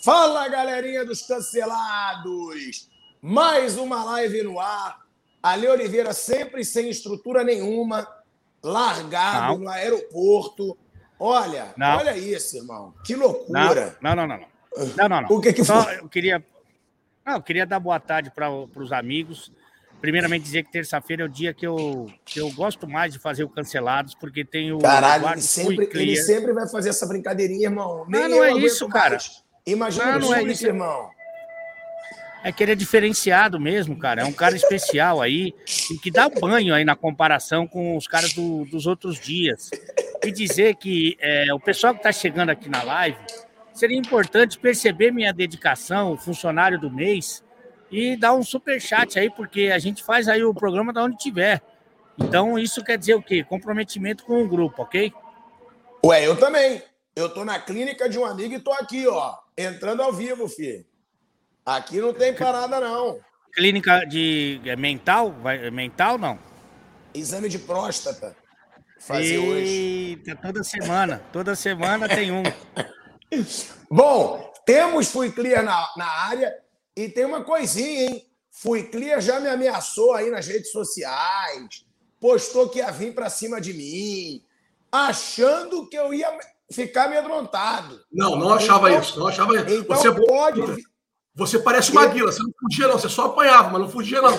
Fala, galerinha dos cancelados! Mais uma live no ar. Ale Oliveira sempre sem estrutura nenhuma, largado no aeroporto. Olha isso, irmão. Que loucura. Não. O que Só foi? eu queria dar boa tarde para os amigos. Primeiramente dizer que terça-feira é o dia que eu gosto mais de fazer o Cancelados, porque tem o Caralho, Eduardo ele sempre vai fazer essa brincadeirinha, irmão. Nem não eu é aguento isso, mais. cara. Imagina o público, irmão. É que ele é diferenciado mesmo, cara. É um cara especial aí, e que dá banho aí na comparação com os caras dos outros dias. E dizer que o pessoal que está chegando aqui na live, seria importante perceber minha dedicação, funcionário do mês, e dar um superchat aí, porque a gente faz aí o programa da onde tiver. Então, isso quer dizer o quê? Comprometimento com o grupo, ok? Ué, eu também. Eu tô na clínica de um amigo e tô aqui, ó, entrando ao vivo, filho. Aqui não tem parada, não. Clínica de mental? Mental, não? Exame de próstata. Fazer hoje. Eita, toda semana tem um. Bom, temos Fui Clear na área e tem uma coisinha, hein? Fui Clear já me ameaçou aí nas redes sociais, postou que ia vir pra cima de mim, achando que eu ia ficar amedrontado. Não achava isso. Então você pode... Você parece uma guila, você não fugia não, você só apanhava, mas não fugia não.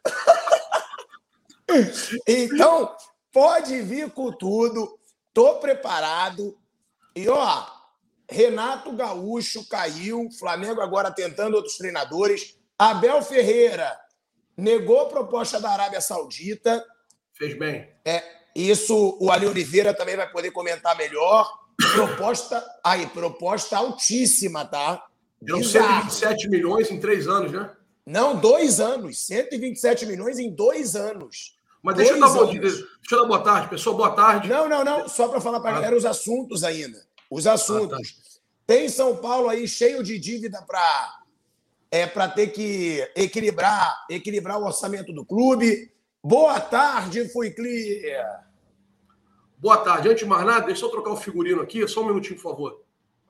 Então, pode vir com tudo, tô preparado. E, ó, Renato Gaúcho caiu, Flamengo agora tentando outros treinadores. Abel Ferreira negou a proposta da Arábia Saudita. Fez bem. Isso o Ale Oliveira também vai poder comentar melhor. Proposta altíssima, tá? Deu 127 milhões em 3 anos, né? Não, 2 anos. 127 milhões em 2 anos. Mas deixa eu dar boa tarde, pessoal. Boa tarde. Não. Só para falar para a galera os assuntos ainda. Os assuntos. Tá. Tem São Paulo aí cheio de dívida para ter que equilibrar o orçamento do clube. Boa tarde, Fui Clear. Boa tarde. Antes de mais nada, deixa eu trocar o figurino aqui. Só um minutinho, por favor.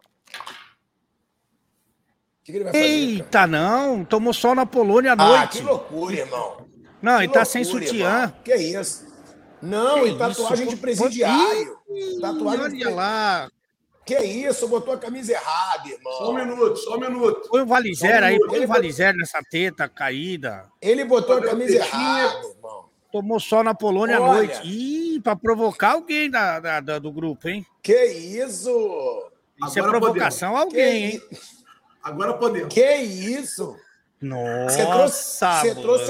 O que ele vai fazer? Eita, cara? Não. Tomou sol na Polônia à Que noite. loucura, irmão. Não, ele tá sem sutiã. Irmão. Que isso? Não, e tatuagem de presidiário. Tatuagem de lá. Que isso? Botou a camisa errada, irmão. Só um minuto. Põe o Valizer aí, põe o Valizer nessa teta caída. Ele botou a camisa errada, irmão. Tomou sol na Polônia à noite. Ih, pra provocar alguém do grupo, hein? Que isso? Isso agora é provocação a alguém, hein? Agora podemos. Que isso? Nossa,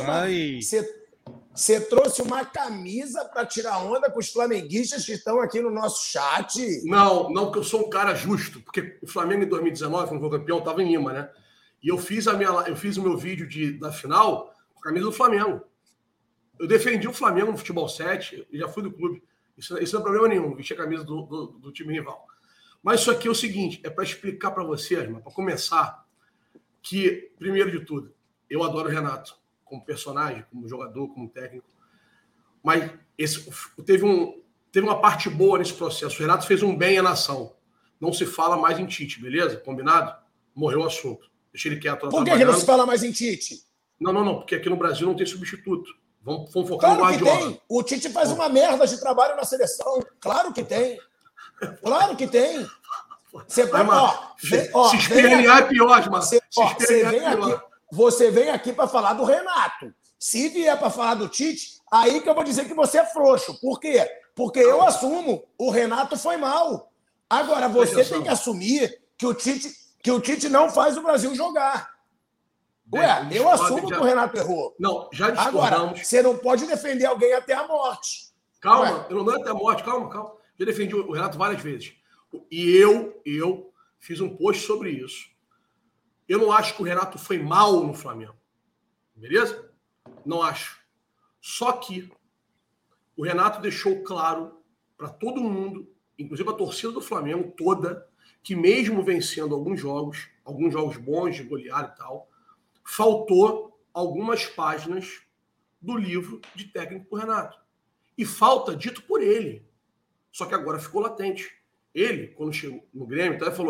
Você trouxe uma camisa para tirar onda com os flamenguistas que estão aqui no nosso chat? Não, porque eu sou um cara justo. Porque o Flamengo em 2019, quando foi campeão, estava em Lima, né? E eu fiz o meu vídeo da final com a camisa do Flamengo. Eu defendi o Flamengo no Futebol 7, e já fui do clube. Isso não é problema nenhum, vestir a camisa do time rival. Mas isso aqui é o seguinte, é para explicar para vocês, para começar, que, primeiro de tudo, eu adoro o Renato como personagem, como jogador, como técnico, mas teve uma parte boa nesse processo. O Renato fez um bem à nação. Não se fala mais em Tite, beleza? Combinado? Morreu o assunto. Deixa ele quieto. Por que não se fala mais em Tite? Não, porque aqui no Brasil não tem substituto. Vamos focar no Guardiola. Guardiola. Tem. O Tite faz uma merda de trabalho na seleção. Claro que tem. Claro que tem. Você se espernear é pior, mano. Você vem aqui para falar do Renato. Se vier para falar do Tite, aí que eu vou dizer que você é frouxo. Por quê? Porque eu assumo. O Renato foi mal. Agora, você tem que assumir que o Tite não faz o Brasil jogar. Ué, eu assumo que o Renato errou. Não, já discordamos. Agora, você não pode defender alguém até a morte. Calma, eu não é até a morte, calma. Já defendi o Renato várias vezes. E eu fiz um post sobre isso. Eu não acho que o Renato foi mal no Flamengo. Beleza? Não acho. Só que o Renato deixou claro para todo mundo, inclusive a torcida do Flamengo toda, que mesmo vencendo alguns jogos bons de golear e tal, faltou algumas páginas do livro de técnico pro Renato. E falta dito por ele. Só que agora ficou latente. Ele, quando chegou no Grêmio, então ele falou: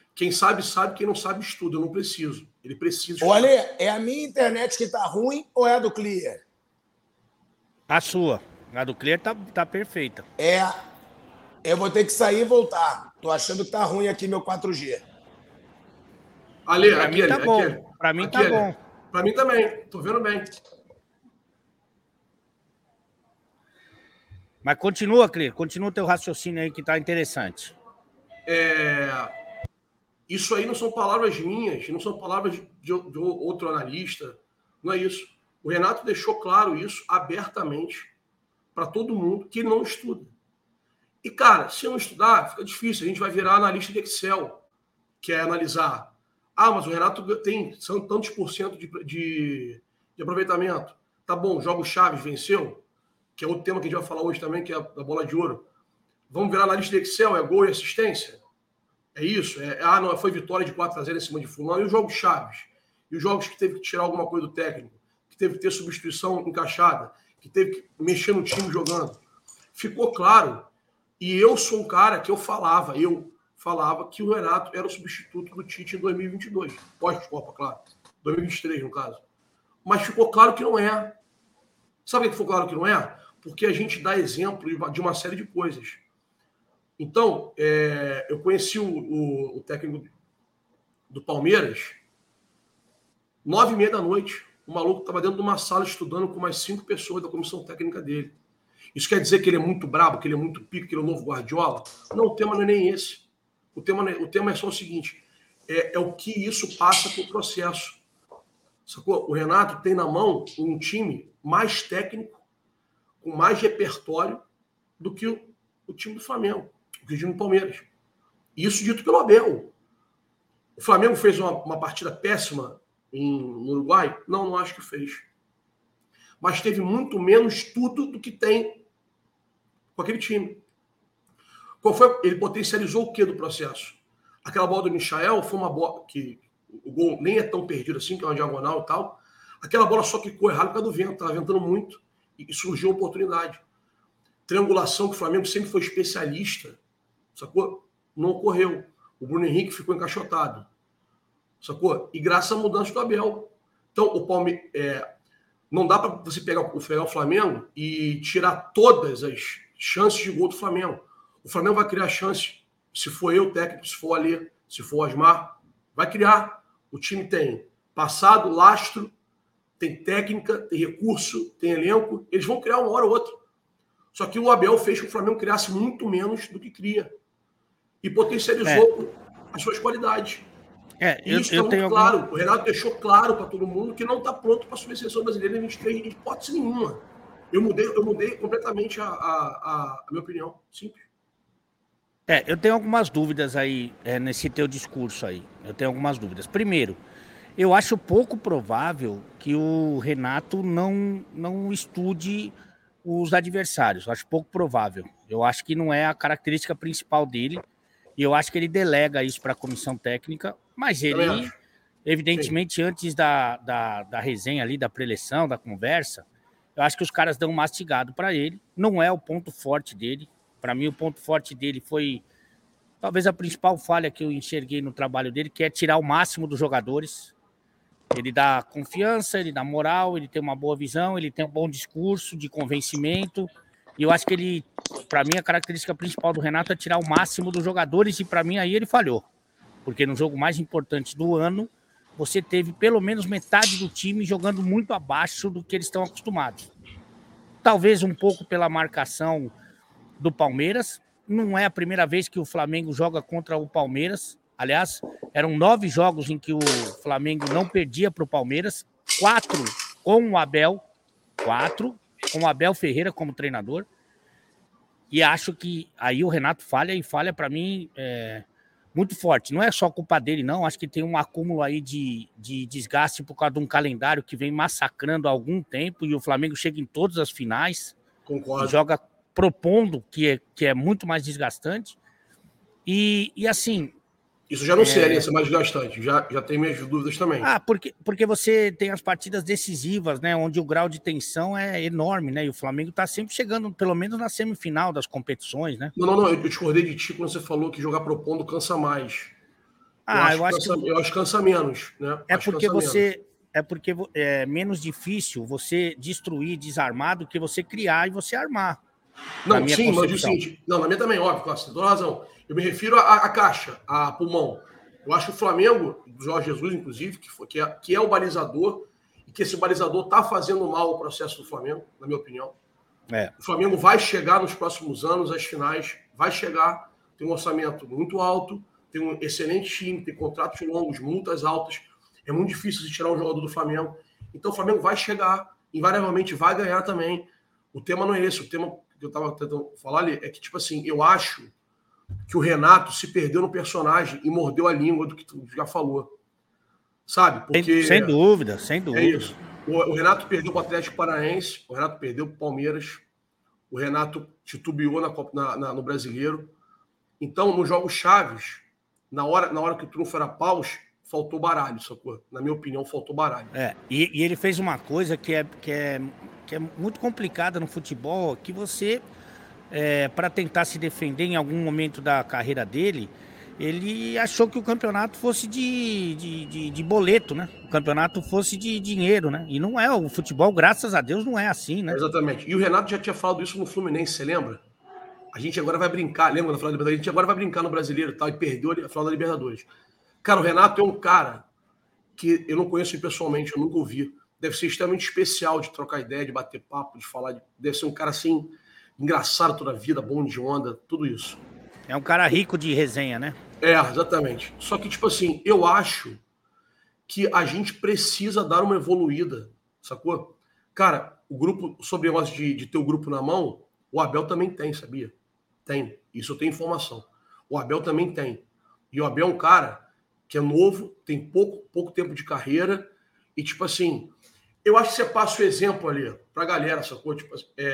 Quem sabe, sabe. Quem não sabe, estuda. Eu não preciso. Ele precisa estudar. Olha, é a minha internet que tá ruim ou é a do Clear? A sua. A do Clear tá perfeita. Eu vou ter que sair e voltar. Tô achando que tá ruim aqui meu 4G. Ali, pra aqui, mim tá aqui, bom. aqui. Pra mim Aqui, tá bom. Pra mim também. Tô vendo bem. Mas continua, Clear. Continua o teu raciocínio aí que tá interessante. Isso aí não são palavras minhas, não são palavras de outro analista. Não é isso. O Renato deixou claro isso abertamente para todo mundo que ele não estuda. E, cara, se não estudar, fica difícil. A gente vai virar analista de Excel, que é analisar. Ah, mas o Renato são tantos por cento de aproveitamento. Tá bom, jogos chaves venceu, que é outro tema que a gente vai falar hoje também, que é a bola de ouro. Vamos virar analista de Excel, é gol e assistência? É isso? Não, foi vitória de 4-0 em cima de fulano. E os jogos chaves? E os jogos que teve que tirar alguma coisa do técnico? Que teve que ter substituição encaixada? Que teve que mexer no time jogando? Ficou claro. E eu sou um cara que eu falava que o Renato era o substituto do Tite em 2022. Pós-Copa, claro. 2023, no caso. Mas ficou claro que não é. Sabe por que ficou claro que não é? Porque a gente dá exemplo de uma série de coisas. Então, eu conheci o técnico do Palmeiras 9h30 da noite. O maluco estava dentro de uma sala estudando com mais 5 pessoas da comissão técnica dele. Isso quer dizer que ele é muito brabo, que ele é muito pico, que ele é o novo Guardiola? Não, o tema não é nem esse. O tema é só o seguinte, é o que isso passa para o processo. Sacou? O Renato tem na mão um time mais técnico, com mais repertório do que o time do Flamengo, do que o time do Palmeiras. Isso dito pelo Abel. O Flamengo fez uma partida péssima no Uruguai? Não acho que fez. Mas teve muito menos tudo do que tem com aquele time. Ele potencializou o que do processo? Aquela bola do Michael foi uma bola que o gol nem é tão perdido assim, que é uma diagonal e tal. Aquela bola só quicou errado por causa do vento, estava ventando muito e surgiu a oportunidade. Triangulação que o Flamengo sempre foi especialista, sacou? Não ocorreu. O Bruno Henrique ficou encaixotado, sacou? E graças à mudança do Abel. Então, o Palmeiras... não dá para você pegar o Flamengo e tirar todas as chances de gol do Flamengo. O Flamengo vai criar chance, se for eu, técnico, se for o Alê, se for o Asmar, vai criar. O time tem passado, lastro, tem técnica, tem recurso, tem elenco. Eles vão criar uma hora ou outra. Só que o Abel fez que o Flamengo criasse muito menos do que cria. E potencializou as suas qualidades. Isso está muito claro. O Renato deixou claro para todo mundo que não está pronto para assumir a seleção brasileira em 23, em hipótese nenhuma. Eu mudei completamente a minha opinião. Simples. Eu tenho algumas dúvidas aí nesse teu discurso aí. Eu tenho algumas dúvidas. Primeiro, eu acho pouco provável que o Renato não estude os adversários. Eu acho pouco provável. Eu acho que não é a característica principal dele. E eu acho que ele delega isso para a comissão técnica. Mas ele, evidentemente, sim, antes da resenha ali, da preleção, da conversa, eu acho que os caras dão um mastigado para ele. Não é o ponto forte dele. Para mim, o ponto forte dele foi talvez a principal falha que eu enxerguei no trabalho dele, que é tirar o máximo dos jogadores. Ele dá confiança, ele dá moral, ele tem uma boa visão, ele tem um bom discurso de convencimento. E eu acho que ele, para mim, a característica principal do Renato é tirar o máximo dos jogadores. E para mim, aí ele falhou. Porque no jogo mais importante do ano, você teve pelo menos metade do time jogando muito abaixo do que eles estão acostumados. Talvez um pouco pela marcação do Palmeiras. Não é a primeira vez que o Flamengo joga contra o Palmeiras. Aliás, eram 9 jogos em que o Flamengo não perdia para o Palmeiras. 4 com o Abel. 4 com o Abel Ferreira como treinador. E acho que aí o Renato falha, e falha para mim muito forte. Não é só culpa dele, não. Acho que tem um acúmulo aí de desgaste por causa de um calendário que vem massacrando há algum tempo, e o Flamengo chega em todas as finais. Concordo. E joga propondo, que é muito mais desgastante. E assim... Isso já não seria ser mais desgastante. Já tenho minhas dúvidas também. Porque você tem as partidas decisivas, né? Onde o grau de tensão é enorme, né? E o Flamengo está sempre chegando, pelo menos na semifinal das competições, né? Não. Eu discordei de ti quando você falou que jogar propondo cansa mais. Eu acho que cansa menos, né? É porque é menos difícil você destruir, desarmar do que você criar e você armar. Não, sim, mas o seguinte, na minha também, óbvio, Costa, tem toda razão. Eu me refiro à caixa, a pulmão. Eu acho que o Flamengo, do Jorge Jesus, inclusive, que é o balizador, e que esse balizador está fazendo mal ao processo do Flamengo, na minha opinião. O Flamengo vai chegar nos próximos anos às finais, vai chegar, tem um orçamento muito alto, tem um excelente time, tem contratos longos, multas altas. É muito difícil de tirar um jogador do Flamengo. Então o Flamengo vai chegar, invariavelmente vai ganhar também. O tema não é esse. O tema que eu estava tentando falar ali é que, tipo assim, eu acho que o Renato se perdeu no personagem e mordeu a língua do que tu já falou. Sabe? Porque... Sem dúvida, sem dúvida. É isso. O Renato perdeu para o Atlético Paranaense, o Renato perdeu para o Palmeiras, o Renato titubeou no Brasileiro. Então, nos jogos chaves, na hora que o trunfo era paus, faltou baralho, sacou? Na minha opinião, faltou baralho. E ele fez uma coisa que é muito complicada no futebol, que você, para tentar se defender em algum momento da carreira dele, ele achou que o campeonato fosse de boleto, né? O campeonato fosse de dinheiro, né? E não é, o futebol, graças a Deus, não é assim, né? Exatamente. E o Renato já tinha falado isso no Fluminense, você lembra? A gente agora vai brincar, lembra da final da Libertadores? A gente agora vai brincar no Brasileiro e tal, e perdeu a final da Libertadores. Cara, o Renato é um cara que eu não conheço pessoalmente, eu nunca ouvi. Deve ser extremamente especial de trocar ideia, de bater papo, de falar. Deve ser um cara assim, engraçado toda a vida, bom de onda, tudo isso. É um cara rico de resenha, né? Exatamente. Só que, tipo assim, eu acho que a gente precisa dar uma evoluída, sacou? Cara, o grupo, sobre o negócio de ter o grupo na mão, o Abel também tem, sabia? Tem. Isso eu tenho informação. O Abel também tem. E o Abel é um cara que é novo, tem pouco tempo de carreira, e, tipo assim, eu acho que você passa o exemplo ali pra galera, sacou? Tipo,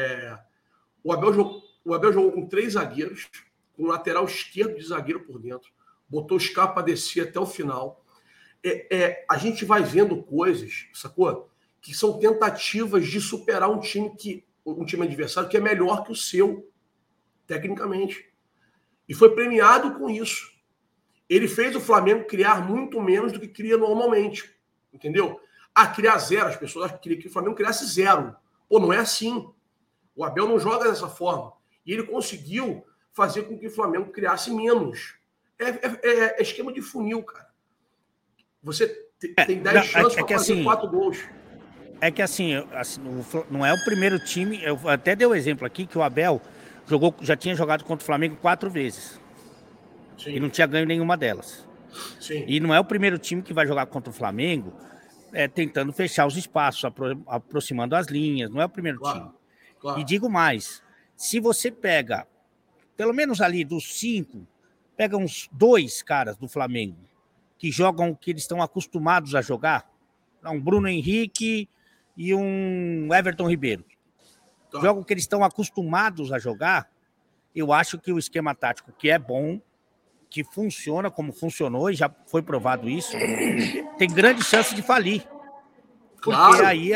o Abel jogou com 3 zagueiros, com o lateral esquerdo de zagueiro por dentro, botou o Scarpa para descer até o final. A gente vai vendo coisas, sacou? Que são tentativas de superar um time adversário que é melhor que o seu, tecnicamente. E foi premiado com isso. Ele fez o Flamengo criar muito menos do que cria normalmente. Entendeu? Criar 0. As pessoas queriam que o Flamengo criasse 0. Pô, não é assim. O Abel não joga dessa forma. E ele conseguiu fazer com que o Flamengo criasse menos. É esquema de funil, cara. Você tem 10 chances para fazer assim, 4 gols. É que assim, não é o primeiro time. Eu até dei o exemplo aqui que o Abel já tinha jogado contra o Flamengo 4 vezes. Sim. E não tinha ganho nenhuma delas. Sim. E não é o primeiro time que vai jogar contra o Flamengo tentando fechar os espaços, aproximando as linhas. Não é o primeiro time. Claro. E digo mais, se você pega, pelo menos ali dos 5, pega uns 2 caras do Flamengo que jogam o que eles estão acostumados a jogar, um Bruno Henrique e um Everton Ribeiro. Tá. Jogam o que eles estão acostumados a jogar, eu acho que o esquema tático, que é bom, que funciona como funcionou, e já foi provado isso, tem grande chance de falir. Porque claro, aí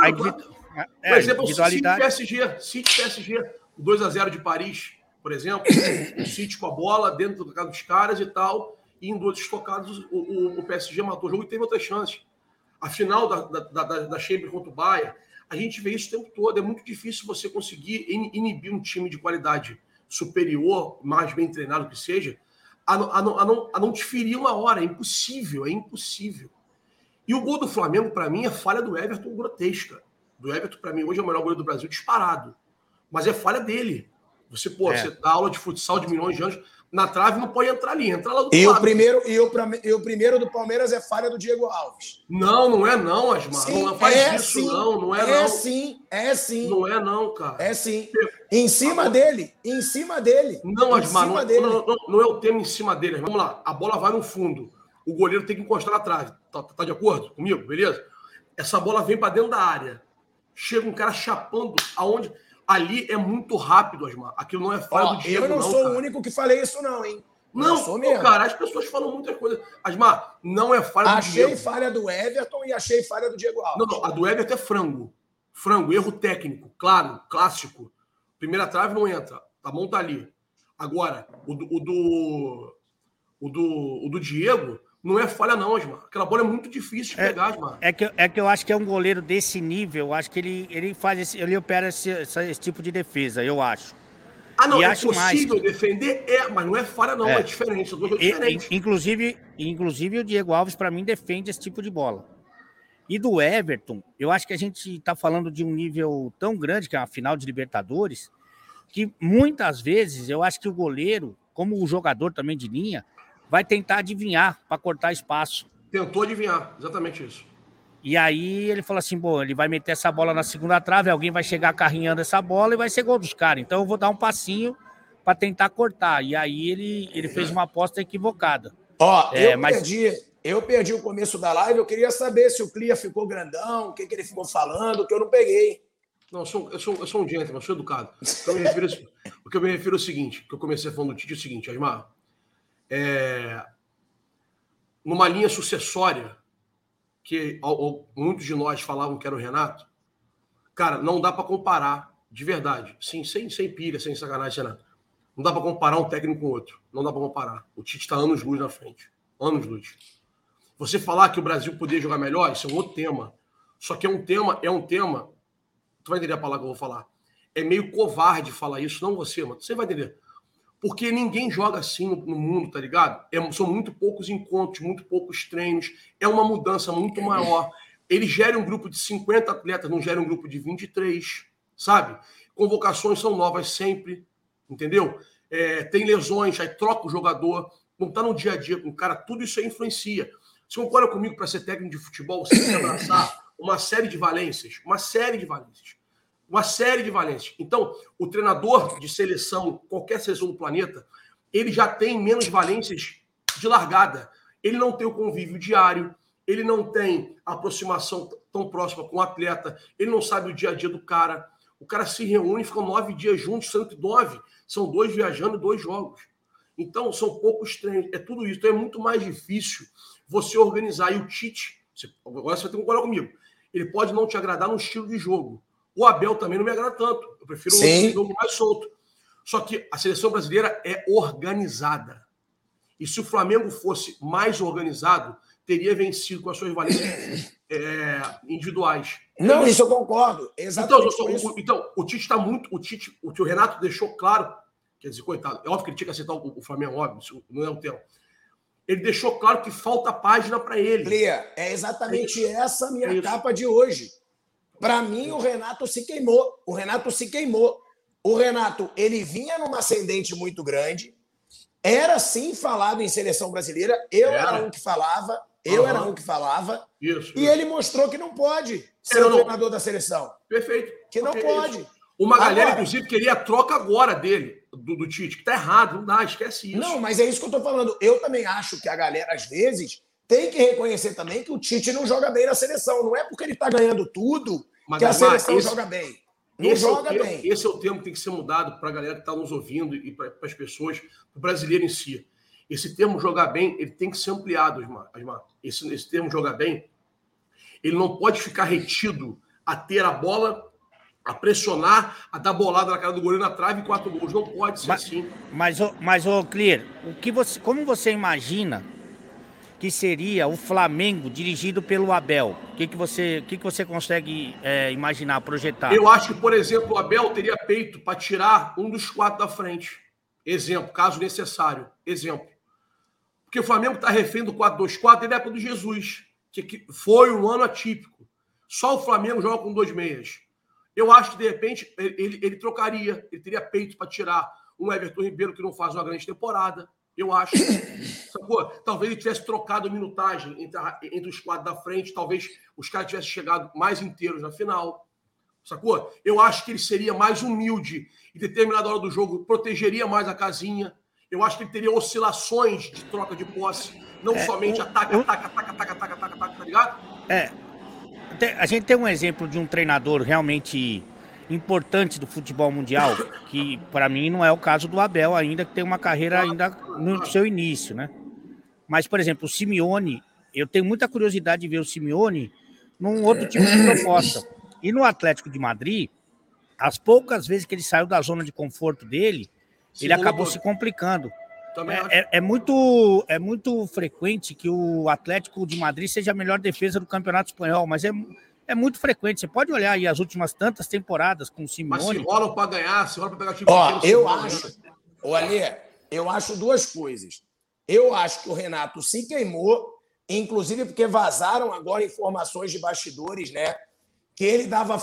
por exemplo, City PSG, o 2-0 de Paris, por exemplo, o City com a bola dentro do casa dos caras e tal, e em 2 estocados o PSG matou o jogo e teve outras chances. A final da Champions contra o Bayern, a gente vê isso o tempo todo. É muito difícil você conseguir inibir um time de qualidade superior, mais bem treinado que seja, a não te ferir uma hora. É impossível, é impossível. E o gol do Flamengo, para mim, é falha do Everton grotesca. Do Everton, para mim, hoje é o melhor goleiro do Brasil disparado. Mas é falha dele. Você dá aula de futsal de milhões de anos, na trave não pode entrar ali, entra lá do lado. O primeiro do Palmeiras é falha do Diego Alves. Não é não, Asmar. Sim, não faz isso, sim. Não é não. É sim. Não é não, cara. É sim. Em cima dele. Não, Asmar, não é o tema em cima dele. Vamos lá, a bola vai no fundo. O goleiro tem que encostar na trave. Tá de acordo comigo? Beleza? Essa bola vem para dentro da área. Chega um cara chapando aonde... Ali é muito rápido, Asmar. Aquilo não é falha do Diego, eu não sou o único que falei isso, não, hein? Não sou mesmo. Cara, as pessoas falam muitas coisas. Asmar, não é falha do Diego. Achei falha do Everton e achei falha do Diego Alves. Não, a do Everton é frango. Frango, erro técnico, claro, clássico. Primeira trave não entra. A mão tá ali. Agora, o do Diego, Não é falha, não, Osmar. Aquela bola é muito difícil de pegar, Osmar. É que eu acho que é um goleiro desse nível. Eu acho que ele opera esse tipo de defesa, eu acho. Ah, não, e é acho possível mais... defender? Mas não é falha, não. É diferente. São duas coisas diferentes. Inclusive, o Diego Alves, para mim, defende esse tipo de bola. E do Everton, eu acho que a gente está falando de um nível tão grande, que é uma final de Libertadores, que muitas vezes eu acho que o goleiro, como o jogador também de linha, vai tentar adivinhar para cortar espaço. Tentou adivinhar, exatamente isso. E aí ele falou assim, bom, ele vai meter essa bola na segunda trave, alguém vai chegar carrinhando essa bola e vai ser gol dos caras. Então eu vou dar um passinho para tentar cortar. E aí ele fez uma aposta equivocada. Eu perdi o começo da live, eu queria saber se o Clia ficou grandão, o que ele ficou falando, que eu não peguei. Não, eu sou um gentleman, eu sou educado. O que eu me refiro é o seguinte, que eu comecei falando do Tite, é o seguinte, Osmar, numa linha sucessória, que muitos de nós falavam que era o Renato, cara, não dá para comparar, de verdade, sim, sem pilha, sem sacanagem, Renato. Não dá para comparar um técnico com o outro. Não dá para comparar. O Tite está anos-luz na frente. Anos-luz. Você falar que o Brasil poderia jogar melhor, isso é um outro tema. Só que é um tema... Tu vai entender a palavra que eu vou falar. É meio covarde falar isso, não você, mas você vai entender. Porque ninguém joga assim no mundo, tá ligado? São muito poucos encontros, muito poucos treinos. É uma mudança muito maior. Ele gera um grupo de 50 atletas, não gera um grupo de 23, sabe? Convocações são novas sempre, entendeu? Tem lesões, aí troca o jogador, não tá no dia a dia com o cara, tudo isso aí influencia. Você concorda comigo, para ser técnico de futebol, você tem que abraçar uma série de valências. Então, o treinador de seleção, qualquer seleção do planeta, ele já tem menos valências de largada. Ele não tem o convívio diário, ele não tem a aproximação tão próxima com o atleta, ele não sabe o dia a dia do cara. O cara se reúne e ficam 9 dias juntos, sendo que 9 são 2 viajando e 2 jogos. Então, são poucos treinos, é tudo isso. Então, é muito mais difícil você organizar. E o Tite, agora você vai ter que concordar comigo, ele pode não te agradar no estilo de jogo. O Abel também não me agrada tanto. Eu prefiro um jogo mais solto. Só que a seleção brasileira é organizada. E se o Flamengo fosse mais organizado, teria vencido com as suas valências individuais. Não, isso eu concordo. Exatamente. Então, o Tite está muito... O que o Renato deixou claro, quer dizer, coitado, é óbvio que ele tinha que aceitar o Flamengo, óbvio, isso não é o tema. Ele deixou claro que falta página para ele. Clia, é exatamente essa a minha capa de hoje. Para mim, o Renato se queimou. O Renato, ele vinha numa ascendente muito grande. Era, sim, falado em seleção brasileira. Eu era um que falava. Isso. E ele mostrou que não pode ser o treinador da seleção. Perfeito. Que não pode. Uma galera, inclusive, queria a troca agora dele, do Tite, que tá errado, não dá, esquece isso. Não, mas é isso que eu tô falando. Eu também acho que a galera, às vezes, tem que reconhecer também que o Tite não joga bem na seleção. Não é porque ele tá ganhando tudo que a seleção joga bem. Não joga bem. Esse é o termo que tem que ser mudado para a galera que está nos ouvindo e para as pessoas, para o brasileiro em si. Esse termo jogar bem, ele tem que ser ampliado, Osmar. Esse termo jogar bem, ele não pode ficar retido a ter a bola, a pressionar, a dar bolada na cara do goleiro na trave e 4 gols. Não pode ser assim. Mas Clear, como você imagina que seria o Flamengo dirigido pelo Abel? O que você consegue imaginar, projetar? Eu acho que, por exemplo, o Abel teria peito para tirar um dos 4 da frente. Exemplo, caso necessário. Exemplo. Porque o Flamengo está refém do 4-2-4 desde a época do Jesus, que foi um ano atípico. Só o Flamengo joga com 2 meias. Eu acho que, de repente, ele trocaria. Ele teria peito para tirar um Everton Ribeiro que não faz uma grande temporada. Eu acho. Sacou? Talvez ele tivesse trocado minutagem entre os 4 da frente. Talvez os caras tivessem chegado mais inteiros na final. Sacou? Eu acho que ele seria mais humilde. Em determinada hora do jogo, protegeria mais a casinha. Eu acho que ele teria oscilações de troca de posse. Não somente ataca, tá ligado? A gente tem um exemplo de um treinador realmente importante do futebol mundial, que para mim não é o caso do Abel ainda, que tem uma carreira ainda no seu início, né? Mas, por exemplo, o Simeone, eu tenho muita curiosidade de ver o Simeone num outro tipo de proposta. E no Atlético de Madrid, as poucas vezes que ele saiu da zona de conforto dele, ele acabou se complicando. Também acho. É muito frequente que o Atlético de Madrid seja a melhor defesa do Campeonato Espanhol, mas é muito frequente. Você pode olhar aí as últimas tantas temporadas com o Simeone. Mas se rolam para ganhar, se rolam para pegar time pequeno. Eu Simeone, acho, Alê, eu acho duas coisas. Eu acho que o Renato se queimou, inclusive porque vazaram agora informações de bastidores, né? Que ele dava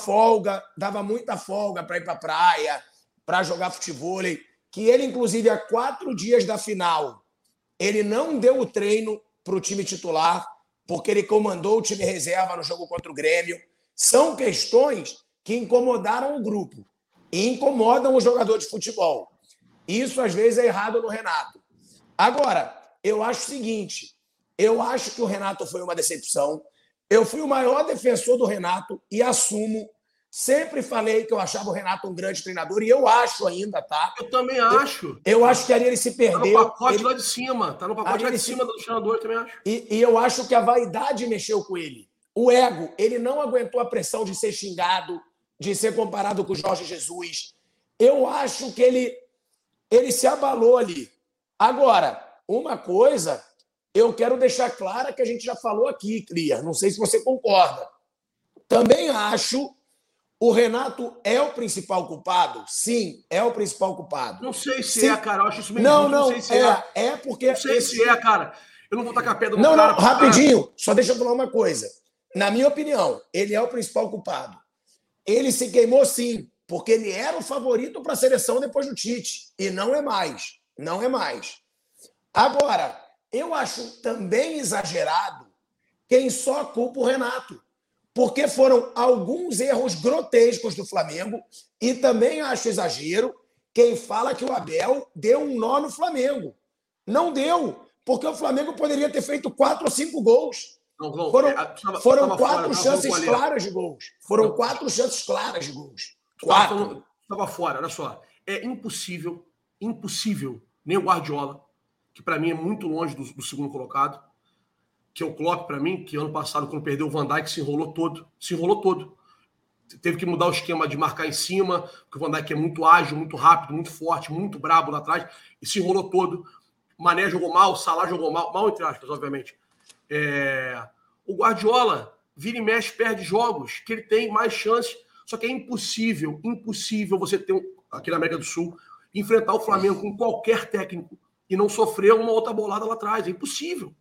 muita folga para ir para a praia, para jogar futevôlei, que ele, inclusive, há 4 dias da final, ele não deu o treino para o time titular, porque ele comandou o time reserva no jogo contra o Grêmio. São questões que incomodaram o grupo e incomodam o jogador de futebol. Isso, às vezes, é errado no Renato. Agora, eu acho o seguinte, eu acho que o Renato foi uma decepção. Eu fui o maior defensor do Renato e assumo. Sempre falei que eu achava o Renato um grande treinador e eu acho ainda, tá? Eu também acho. Eu acho que ali ele se perdeu. Tá no pacote lá de cima. Tá no pacote lá de cima do treinador, eu também acho. E eu acho que a vaidade mexeu com ele. O ego, ele não aguentou a pressão de ser xingado, de ser comparado com o Jorge Jesus. Eu acho que ele se abalou ali. Agora, uma coisa, eu quero deixar clara que a gente já falou aqui, Cria. Não sei se você concorda. Também acho... O Renato é o principal culpado? Sim, é o principal culpado. Não sei se é, cara. Eu acho isso meio Não sei se é porque... Não sei se é, cara. Eu não vou tacar pedra no cara. Não, rapidinho. Só deixa eu falar uma coisa. Na minha opinião, ele é o principal culpado. Ele se queimou, sim, porque ele era o favorito para a seleção depois do Tite. E não é mais. Não é mais. Agora, eu acho também exagerado quem só culpa o Renato. Porque foram alguns erros grotescos do Flamengo e também acho exagero quem fala que o Abel deu um nó no Flamengo. Não deu, porque o Flamengo poderia ter feito 4 ou 5 gols. Não, foram 4 chances claras de gols. Foram 4 chances claras de gols. 4. Estava fora, olha só. É impossível, nem o Guardiola, que para mim é muito longe do segundo colocado, que é o Klopp, para mim, que ano passado, quando perdeu o Van Dijk, se enrolou todo. Teve que mudar o esquema de marcar em cima, porque o Van Dijk é muito ágil, muito rápido, muito forte, muito brabo lá atrás, e se enrolou todo. Mané jogou mal, Salah jogou mal entre aspas, obviamente. O Guardiola vira e mexe, perde jogos, que ele tem mais chances, só que é impossível você ter, aqui na América do Sul, enfrentar o Flamengo com qualquer técnico e não sofrer uma outra bolada lá atrás. É impossível.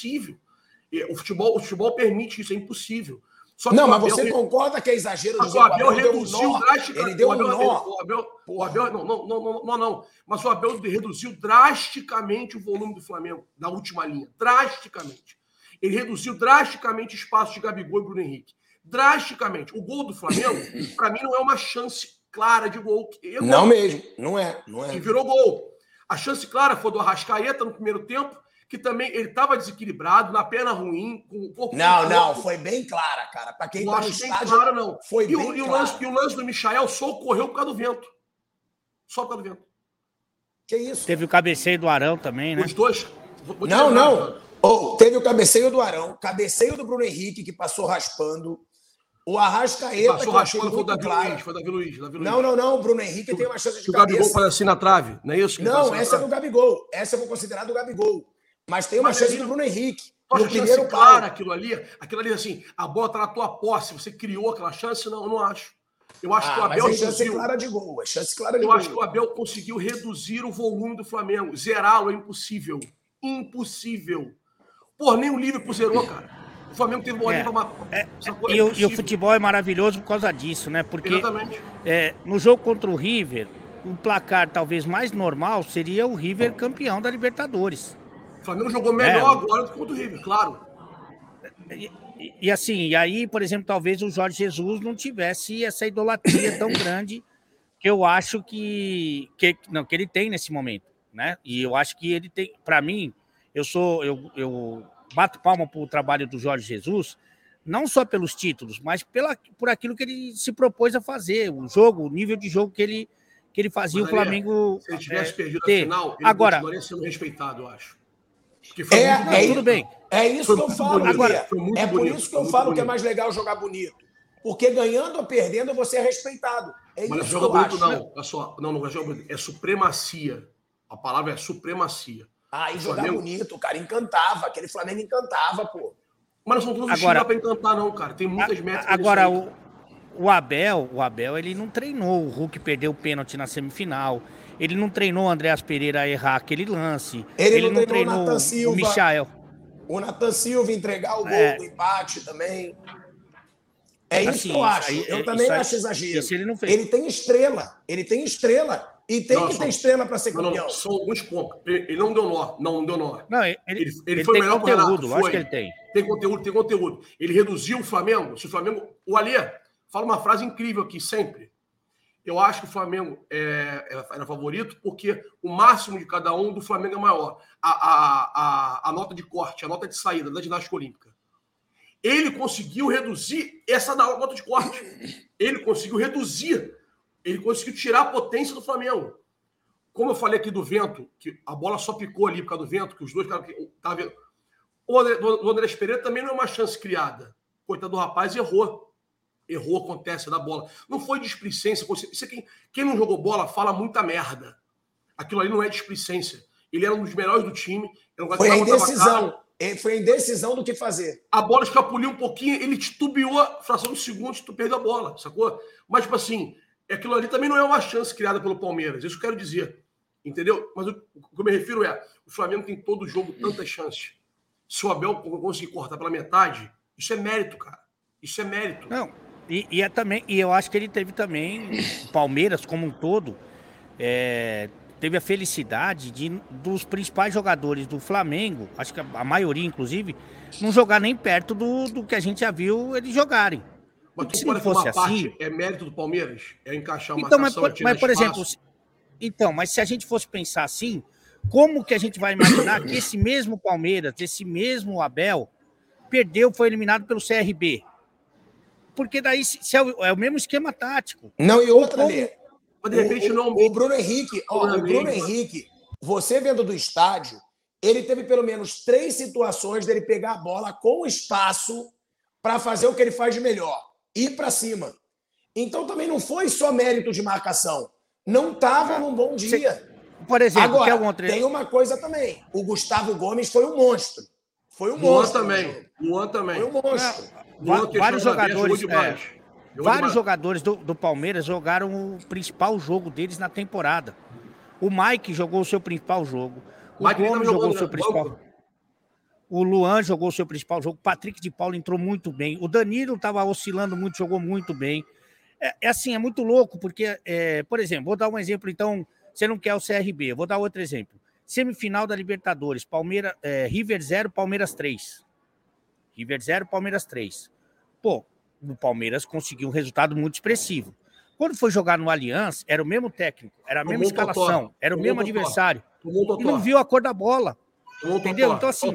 O futebol permite isso, é impossível. Só que não, mas você concorda que é exagero dizer que o Abel reduziu drasticamente. Ele deu um nó. O Abel, não. Mas o Abel reduziu drasticamente o volume do Flamengo na última linha. Drasticamente. Ele reduziu drasticamente o espaço de Gabigol e Bruno Henrique. Drasticamente. O gol do Flamengo, para mim, não é uma chance clara de gol. Não mesmo. Não é. E virou gol. A chance clara foi do Arrascaeta no primeiro tempo, que também ele estava desequilibrado, na perna ruim, com o corpo... Não, foi bem clara, cara. Para quem está no estádio... Clara, não. Foi bem clara. E o lance do Michael só ocorreu por causa do vento. Só por causa do vento. Que isso? Teve o cabeceio do Arão também, né? Os dois... Teve o cabeceio do Arão, cabeceio do Bruno Henrique, que passou raspando. O Arrascaeta... Passou raspando, foi o Davi Luiz. Não. O Bruno Henrique tem uma chance de cabeça. O Gabigol faz assim na trave, não é isso? Não, essa é do Gabigol. Essa eu vou considerar do Gabigol. Mas tem uma chance do Bruno Henrique. No primeiro clara aquilo ali assim, a bola está na tua posse, você criou aquela chance? Não, eu não acho. Eu acho que o Abel reduziu. Chance clara de gol. Eu acho que o Abel conseguiu reduzir o volume do Flamengo. Zerá-lo é impossível. Impossível. Pô, nem o Liverpool zerou, cara. O Flamengo teve bolinha para matar. E o futebol é maravilhoso por causa disso, né? Porque no jogo contra o River, o placar talvez mais normal seria o River campeão da Libertadores. O Flamengo jogou melhor agora do que contra o River, claro. E assim, e aí, por exemplo, talvez o Jorge Jesus não tivesse essa idolatria tão grande que eu acho que ele tem nesse momento, né? E eu acho que ele tem, para mim, eu bato palma pro trabalho do Jorge Jesus, não só pelos títulos, mas por aquilo que ele se propôs a fazer, o nível de jogo que ele fazia o Flamengo. Se ele tivesse perdido a final, ele continuaria sendo respeitado, eu acho. Tudo bem. É isso que eu falo. É por isso que eu falo que é mais legal jogar bonito. Porque ganhando ou perdendo, você é respeitado. É mas isso joga bonito, não. É supremacia. A palavra é supremacia. Ah, e jogar bonito, cara. Encantava. Aquele Flamengo encantava, pô. Mas não são todos os times pra encantar, não, cara. Tem muitas métricas. Agora, o Abel, ele não treinou o Hulk perder o pênalti na semifinal. Ele não treinou o Andréas Pereira a errar aquele lance. Ele não treinou o Michael. O Nathan Silva entregar o gol do empate também. É isso que eu acho. Eu também acho exagero. Ele não fez. Ele tem estrela. E tem que ter estrela para ser campeão. Não, são alguns pontos. Ele não deu nó. Não deu nó. Não, ele foi tem melhor conteúdo, lógico que ele tem. Tem conteúdo. Ele reduziu o Flamengo. Se o Flamengo... O Alê fala uma frase incrível aqui, sempre. Eu acho que o Flamengo era favorito porque o máximo de cada um do Flamengo é maior. A nota de corte, a nota de saída da ginástica olímpica. Ele conseguiu reduzir essa nota de corte. Ele conseguiu reduzir. Ele conseguiu tirar a potência do Flamengo. Como eu falei aqui do vento, que a bola só picou ali por causa do vento, que os dois caras estavam vendo. O Andrés Pereira também não é uma chance criada. Coitado do rapaz, errou. Errou, acontece da bola. Não foi displicência. Quem não jogou bola fala muita merda. Aquilo ali não é displicência. Ele era um dos melhores do time. Foi a indecisão. Foi a indecisão do que fazer. A bola escapuliu um pouquinho, ele titubeou a fração de segundos, tu perdeu a bola, sacou? Mas, tipo assim, aquilo ali também não é uma chance criada pelo Palmeiras. Isso eu quero dizer. Entendeu? Mas o que eu me refiro é, o Flamengo tem todo jogo tantas chances. Se o Abel conseguir cortar pela metade, isso é mérito, cara. Isso é mérito. Não. E eu acho que ele teve também, o Palmeiras como um todo, teve a felicidade dos principais jogadores do Flamengo, acho que a maioria, inclusive, não jogar nem perto do que a gente já viu eles jogarem. Mas se não fosse assim... É mérito do Palmeiras? É encaixar uma marcação, mas por exemplo, mas se a gente fosse pensar assim, como que a gente vai imaginar que esse mesmo Palmeiras, esse mesmo Abel, foi eliminado pelo CRB? Porque daí é o mesmo esquema tático. Não, e outra, mas de repente não. O Bruno Henrique, você vendo do estádio, ele teve pelo menos 3 situações dele pegar a bola com espaço para fazer o que ele faz de melhor, ir para cima. Então também não foi só mérito de marcação. Não estava num bom dia. Por exemplo, agora, tem uma coisa também. O Gustavo Gomes foi um monstro. Luan também. Foi um monstro. Vários jogadores, vários jogadores do Palmeiras jogaram o principal jogo deles na temporada. O Mike jogou o seu principal jogo. O Gomes jogou o seu principal. O Luan jogou o seu principal jogo. O Patrick de Paula entrou muito bem. O Danilo estava oscilando muito, jogou muito bem. É muito louco, porque, por exemplo, vou dar um exemplo, então, você não quer o CRB, vou dar outro exemplo. Semifinal da Libertadores, River 0, Palmeiras 3. River 0, Palmeiras 3. Pô, o Palmeiras conseguiu um resultado muito expressivo. Quando foi jogar no Allianz, era o mesmo técnico, era a mesma escalação, era o mesmo adversário. E não viu a cor da bola. Entendeu? Então, assim,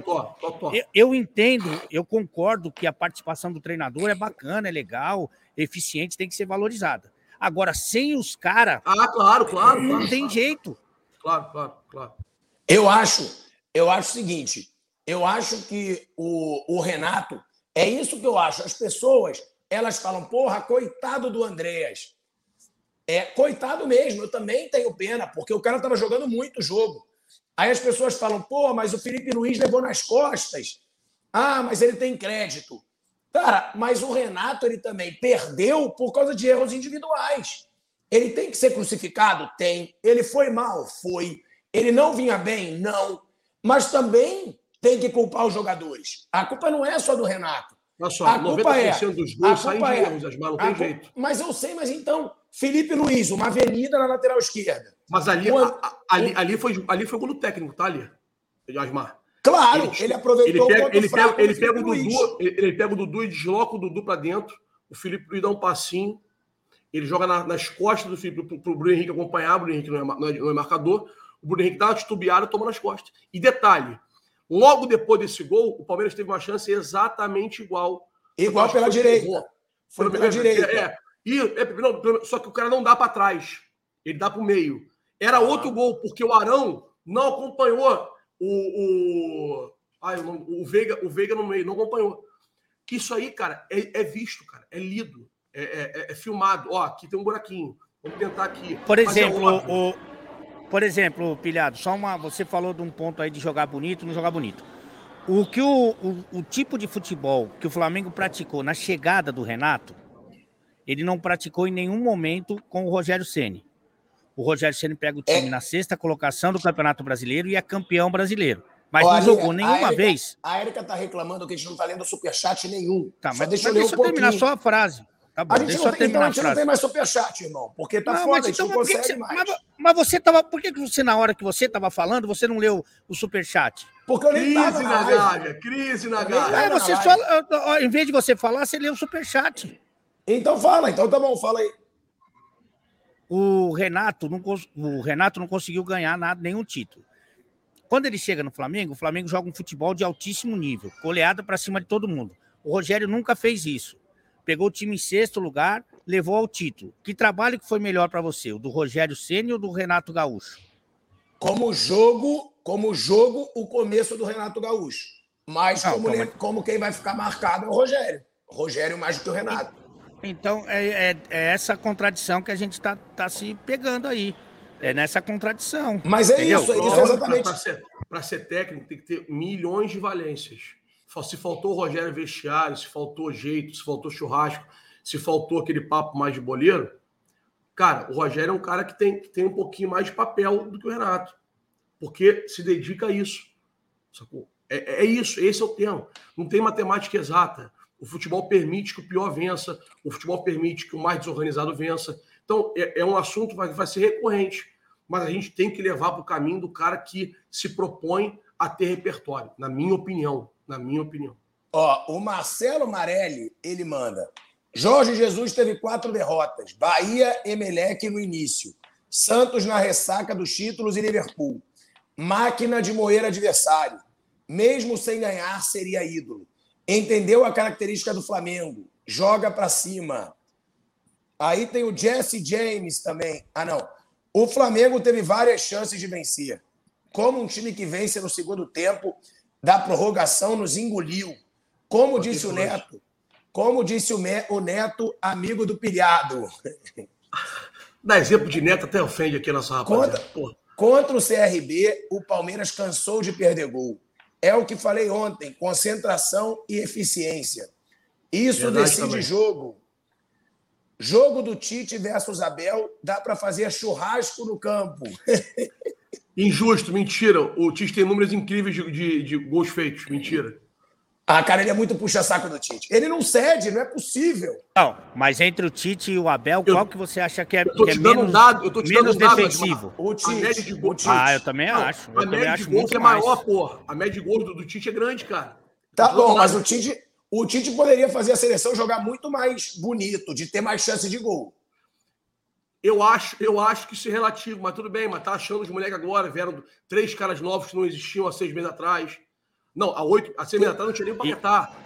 eu entendo, eu concordo que a participação do treinador é bacana, é legal, eficiente, tem que ser valorizada. Agora, sem os caras... claro. Não tem jeito. Claro. Eu acho o seguinte... Eu acho que o Renato, é isso que eu acho. As pessoas, elas falam, porra, coitado do Andréas. Coitado mesmo, eu também tenho pena, porque o cara estava jogando muito jogo. Aí as pessoas falam, pô, mas o Felipe Luiz levou nas costas. Ah, mas ele tem crédito. Cara, mas o Renato, ele também perdeu por causa de erros individuais. Ele tem que ser crucificado? Tem. Ele foi mal? Foi. Ele não vinha bem? Não. Mas também... tem que culpar os jogadores. A culpa não é só do Renato. Olha só, a culpa 90% dos gols saem de erros, Asmar, não tem jeito. Mas eu sei, mas então, Felipe Luiz, uma avenida na lateral esquerda. Mas ali foi gol do técnico, tá, ali? Asmar. Claro, ele aproveitou o ponto fraco ele pega o Dudu e desloca o Dudu para dentro. O Felipe Luiz dá um passinho. Ele joga nas costas do Felipe pro Bruno Henrique acompanhar. O Bruno Henrique não é marcador. O Bruno Henrique dá uma titubeada e toma nas costas. E detalhe, logo depois desse gol, o Palmeiras teve uma chance exatamente igual. Igual pela direita. Foi pela direita. Só que o cara não dá para trás. Ele dá para o meio. Era outro gol, porque o Arão não acompanhou o Veiga no meio. Não acompanhou. Isso aí, cara, é visto, cara. É lido. É filmado. Ó, aqui tem um buraquinho. Vamos tentar aqui. Por exemplo, por exemplo, Pilhado, você falou de um ponto aí de jogar bonito, não jogar bonito. O tipo de futebol que o Flamengo praticou na chegada do Renato, ele não praticou em nenhum momento com o Rogério Ceni. O Rogério Ceni pega o time na 6ª colocação do Campeonato Brasileiro e é campeão brasileiro. Mas não jogou nenhuma vez. A Érica tá reclamando que a gente não tá lendo superchat nenhum. Tá, mas deixa eu terminar só a frase. Tá bom, então a gente não tem mais superchat, irmão. Porque tá foda, a gente não consegue mais. Mas você tava... Por que você, na hora que você tava falando, você não leu o superchat? Porque eu nem tava na Gávea. Crise na Gávea. Você só... Em vez de você falar, você leu o superchat. Então fala. Então tá bom, fala aí. O Renato não conseguiu ganhar nenhum título. Quando ele chega no Flamengo, o Flamengo joga um futebol de altíssimo nível, goleada para cima de todo mundo. O Rogério nunca fez isso. Pegou o time em 6º lugar, levou ao título. Que trabalho que foi melhor para você, o do Rogério Ceni ou do Renato Gaúcho? Como jogo, o começo do Renato Gaúcho. Mas como quem vai ficar marcado é o Rogério. Rogério mais do que o Renato. Então, é essa contradição que a gente tá se pegando aí. É nessa contradição. Mas é isso exatamente. Para ser técnico, tem que ter milhões de valências. Se faltou o Rogério vestiário, se faltou jeito, se faltou churrasco, se faltou aquele papo mais de boleiro, cara, o Rogério é um cara que tem um pouquinho mais de papel do que o Renato. Porque se dedica a isso. Sacou? É isso, esse é o tema. Não tem matemática exata. O futebol permite que o pior vença, o futebol permite que o mais desorganizado vença. Então, é um assunto que vai ser recorrente, mas a gente tem que levar para o caminho do cara que se propõe a ter repertório, na minha opinião. Ó, o Marcelo Marelli, ele manda: Jorge Jesus teve 4 derrotas, Bahia, Emelec no início, Santos na ressaca dos títulos e Liverpool. Máquina de moer adversário. Mesmo sem ganhar, seria ídolo. Entendeu a característica do Flamengo. Joga pra cima. Aí tem o Jesse James também. Não. O Flamengo teve várias chances de vencer. Como um time que vence no segundo tempo da prorrogação nos engoliu. Como disse o Neto. Como disse o Neto, amigo do Pilhado. Dá exemplo de Neto até ofende aqui a nossa rapaziada. Contra o CRB, o Palmeiras cansou de perder gol. É o que falei ontem, concentração e eficiência. Isso decide também. Jogo do Tite versus Abel, dá para fazer churrasco no campo. Injusto, mentira. O Tite tem números incríveis de gols feitos, mentira. Cara, ele é muito puxa-saco do Tite. Ele não cede, não é possível. Não, mas entre o Tite e o Abel, qual que você acha que é menos defensivo? O Tite. A média de gol. Eu também acho. A média de gols é maior, porra. A média de gols do Tite é grande, cara. Tá bom, mas o Tite poderia fazer a seleção jogar muito mais bonito, de ter mais chance de gol. Eu acho que isso é relativo, mas tudo bem, mas tá achando os moleques agora, vieram 3 caras novos que não existiam há 6 meses atrás. Não, há 6 meses atrás não tinha nem Paquetá.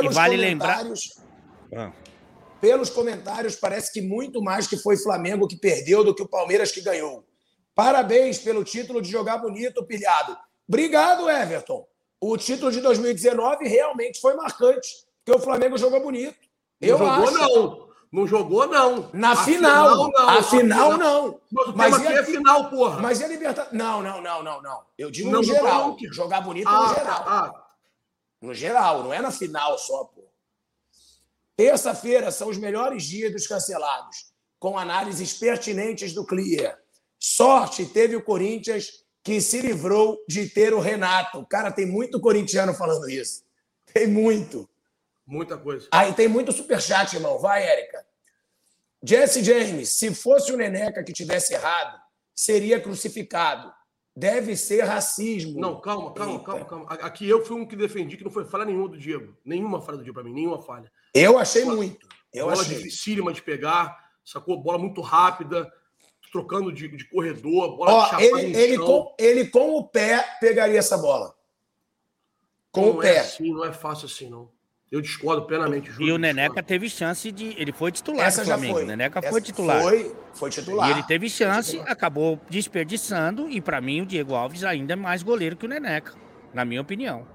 Pelos comentários, parece que muito mais que foi Flamengo que perdeu do que o Palmeiras que ganhou. Parabéns pelo título de jogar bonito, Pilhado. Obrigado, Everton. O título de 2019 realmente foi marcante, porque o Flamengo jogou bonito. Não jogou, não. Na final. A final, não. Mas aqui é final, porra. Mas e a Libertadores? Não. Eu digo no geral. Jogar bonito no geral. No geral, não é na final só, pô. Terça-feira são os melhores dias dos cancelados, com análises pertinentes do Clear. Sorte teve o Corinthians, que se livrou de ter o Renato. Cara, tem muito corintiano falando isso. Tem muito. Muita coisa. Aí tem muito superchat, irmão. Vai, Érica. Jesse James, se fosse o Neneca que tivesse errado, seria crucificado. Deve ser racismo. Não, calma. Aqui eu fui um que defendi que não foi falha nenhuma do Diego. Nenhuma falha do Diego pra mim, nenhuma falha. Eu achei muito. Bola dificílima de pegar, sacou? Bola muito rápida, trocando de corredor, bola chapada no chão. Ele com o pé pegaria essa bola. Com o pé. Não é fácil assim, não. Eu discordo plenamente. E o Neneca teve chance de... Ele foi titular do Flamengo. O Neneca foi titular. Foi titular. E ele teve chance, acabou desperdiçando. E para mim, o Diego Alves ainda é mais goleiro que o Neneca, na minha opinião.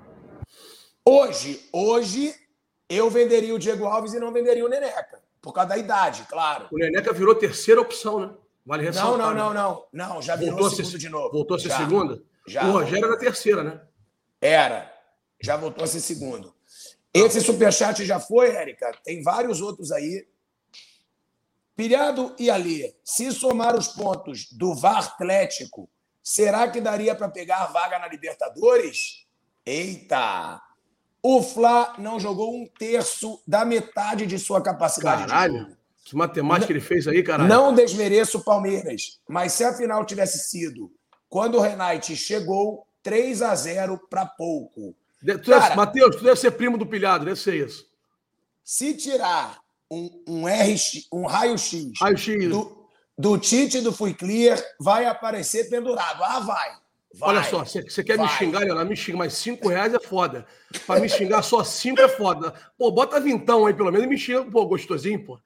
Hoje eu venderia o Diego Alves e não venderia o Neneca. Por causa da idade, claro. O Neneca virou terceira opção, né? Vale ressaltar. Não. Já virou segundo de novo. Voltou a ser segunda? Já. O Rogério era a terceira, né? Era. Já voltou a ser segundo. Esse superchat já foi, Érica. Tem vários outros aí. Pilhado e Alê, se somar os pontos do VAR Atlético, será que daria para pegar a vaga na Libertadores? Eita! O Fla não jogou 1/3 da metade de sua capacidade de jogo. Que matemática ele fez aí, caralho. Não desmereço o Palmeiras, mas se a final tivesse sido quando o Renate chegou, 3-0 para pouco. Matheus, tu deve ser primo do Pilhado, deve ser isso. Se tirar um raio-x do Tite e do Fui Clear, vai aparecer pendurado. Vai. Olha só, você quer me xingar, Leonardo? Me xinga, mas R$5 é foda. Pra me xingar só 5 é foda. Pô, bota vintão aí pelo menos e me xinga, pô, gostosinho, pô.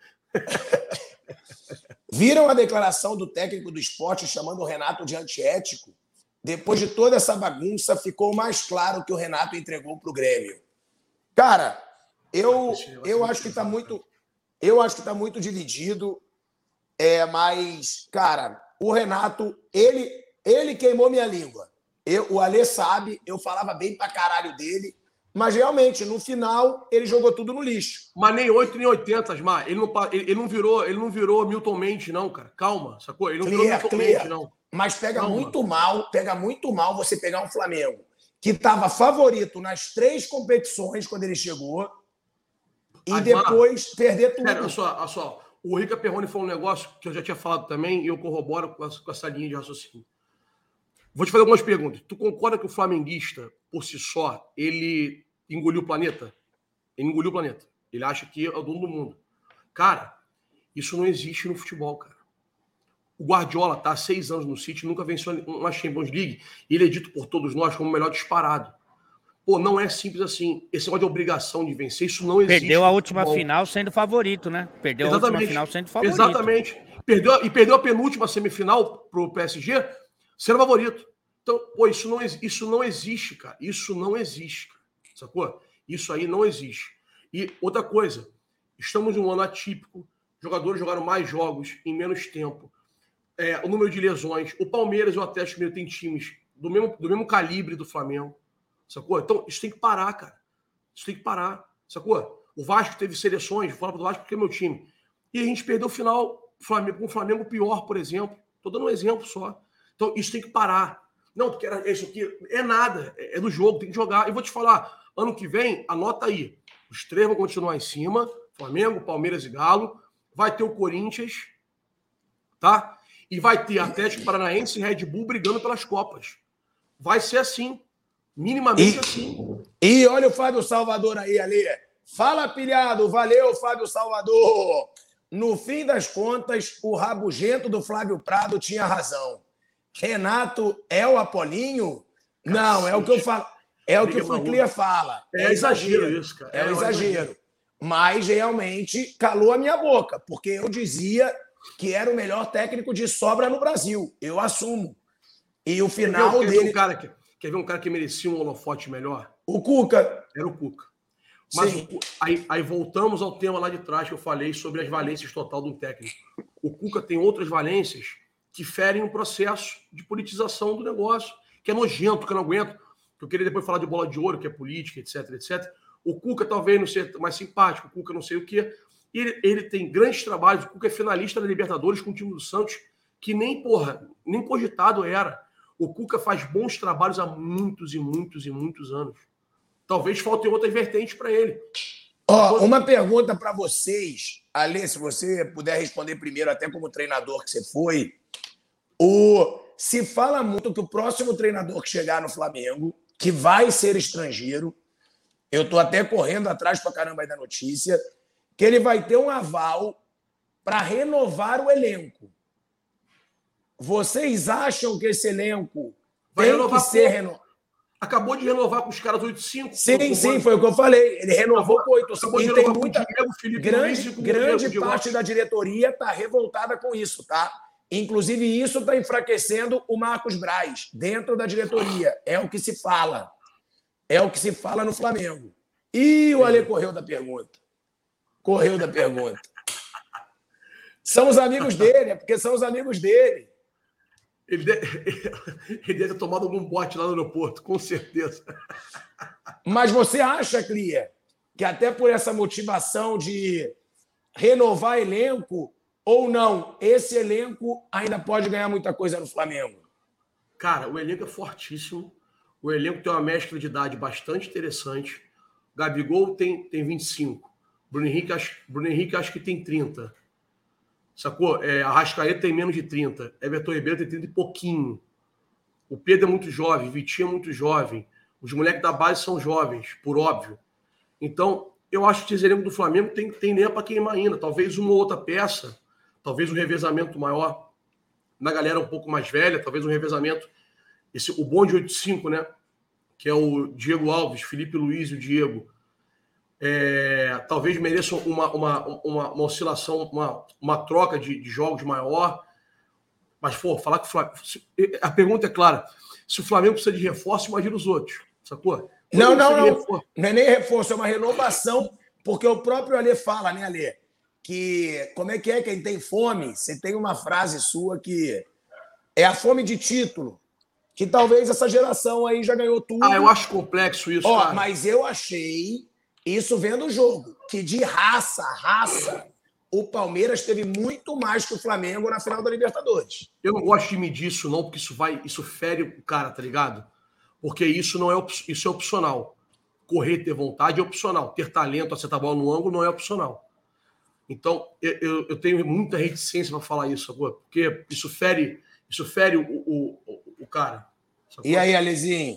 Viram a declaração do técnico do Sport chamando o Renato de antiético? Depois de toda essa bagunça, ficou mais claro que o Renato entregou pro Grêmio. Cara, eu acho que está muito... Eu acho que está muito dividido, mas, cara, o Renato, ele queimou minha língua. O Alê sabe, eu falava bem pra caralho dele, mas realmente, no final, ele jogou tudo no lixo. Mas nem 8 nem 80, Asmar. Ele não virou Milton Mendes, não, cara. Calma, sacou? Ele não virou Milton Mendes, não. Mas pega muito mal você pegar um Flamengo que estava favorito nas 3 competições quando ele chegou. E depois perder tudo. Olha só. O Rica Perrone falou um negócio que eu já tinha falado também e eu corroboro com essa linha de raciocínio. Vou te fazer algumas perguntas. Tu concorda que o flamenguista, por si só, ele engoliu o planeta? Ele engoliu o planeta. Ele acha que é o dono do mundo. Cara, isso não existe no futebol, cara. O Guardiola tá há 6 anos no City, nunca venceu uma Champions League. E ele é dito por todos nós como o melhor disparado. Pô, não é simples assim. Esse negócio de obrigação de vencer, isso não existe. Perdeu a última final sendo favorito, né? Perdeu a última final sendo favorito. Exatamente. Perdeu a penúltima semifinal pro PSG sendo favorito. Então, pô, isso não existe, cara. Isso não existe, cara. Sacou? Isso aí não existe. E outra coisa, estamos em um ano atípico. Jogadores jogaram mais jogos em menos tempo. O número de lesões. O Palmeiras e o Atlético Mineiro têm times do mesmo calibre do Flamengo. Sacou? Então, isso tem que parar, cara. Isso tem que parar. Sacou? O Vasco teve seleções, vou falar do Vasco porque é meu time. E a gente perdeu o final com o Flamengo pior, por exemplo. Estou dando um exemplo só. Então, isso tem que parar. Não, porque isso aqui é nada. É do jogo, tem que jogar. E vou te falar, ano que vem, anota aí. Os 3 vão continuar em cima. Flamengo, Palmeiras e Galo. Vai ter o Corinthians, tá? E vai ter Atlético Paranaense e Red Bull brigando pelas Copas. Vai ser assim. Minimamente assim. E olha o Fábio Salvador aí, Alê. Fala, pilhado. Valeu, Fábio Salvador. No fim das contas, o rabugento do Flávio Prado tinha razão. Renato é o Apolinho? Não, é o que eu falo. É o que o Fui Clear fala. É exagero isso, cara. É um exagero. Mas realmente calou a minha boca, porque eu dizia que era o melhor técnico de sobra no Brasil. Eu assumo. E o final dele... Quer ver um cara que merecia um holofote melhor? O Cuca. Era o Cuca. Mas aí voltamos ao tema lá de trás que eu falei sobre as valências total do técnico. O Cuca tem outras valências que ferem um processo de politização do negócio, que é nojento, que eu não aguento. Que eu queria depois falar de bola de ouro, que é política, etc, etc. O Cuca talvez não seja mais simpático, o Cuca não sei o quê. Ele tem grandes trabalhos. O Cuca é finalista da Libertadores com o time do Santos, que nem cogitado era. O Cuca faz bons trabalhos há muitos e muitos e muitos anos. Talvez faltem outras vertentes para ele. Uma pergunta para vocês. Alê, se você puder responder primeiro, até como treinador que você foi. Se fala muito que o próximo treinador que chegar no Flamengo, que vai ser estrangeiro, eu estou até correndo atrás para caramba aí da notícia, que ele vai ter um aval para renovar o elenco. Vocês acham que esse elenco tem que ser renovado? Acabou de renovar com os caras 8-5. Sim, foi o que eu falei. Ele renovou com 8-5. E tem muita... Grande parte da diretoria está revoltada com isso, tá? Inclusive, isso está enfraquecendo o Marcos Braz dentro da diretoria. É o que se fala. É o que se fala no Flamengo. E o Alê correu da pergunta. São os amigos dele, é porque são os amigos dele. Ele deve ter tomado algum bote lá no aeroporto, com certeza. Mas você acha, Clia, que até por essa motivação de renovar elenco ou não, esse elenco ainda pode ganhar muita coisa no Flamengo? Cara, o elenco é fortíssimo. O elenco tem uma mescla de idade bastante interessante. Gabigol tem 25. Bruno Henrique acho que tem 30. Sacou? Arrascaeta tem menos de 30. Everton Ribeiro tem 30 e pouquinho. O Pedro é muito jovem. Vitinho é muito jovem. Os moleques da base são jovens, por óbvio. Então, eu acho que esse elenco do Flamengo tem nem para queimar ainda. Talvez uma ou outra peça, talvez um revezamento maior na galera um pouco mais velha, talvez um revezamento. O bonde 85, né? Que é o Diego Alves, Felipe Luiz e o Diego. Talvez mereçam uma oscilação, uma troca de jogos maior. Mas, falar que o Flamengo... A pergunta é clara. Se o Flamengo precisa de reforço, imagina os outros. Sacou? Não. Não é nem reforço, é uma renovação, porque o próprio Alê fala, né, Alê? Que como é que é quem tem fome? Você tem uma frase sua que é a fome de título, que talvez essa geração aí já ganhou tudo. Eu acho complexo isso, cara. Mas eu achei, isso vendo o jogo, que de raça, o Palmeiras teve muito mais que o Flamengo na final da Libertadores. Eu não gosto de medir isso, não, porque isso fere o cara, tá ligado? Porque isso é opcional. Correr, ter vontade é opcional. Ter talento, acertar a bola no ângulo não é opcional. Então, eu tenho muita reticência para falar isso, sacou? Porque isso fere o cara. Sacou? E aí, Alezinho?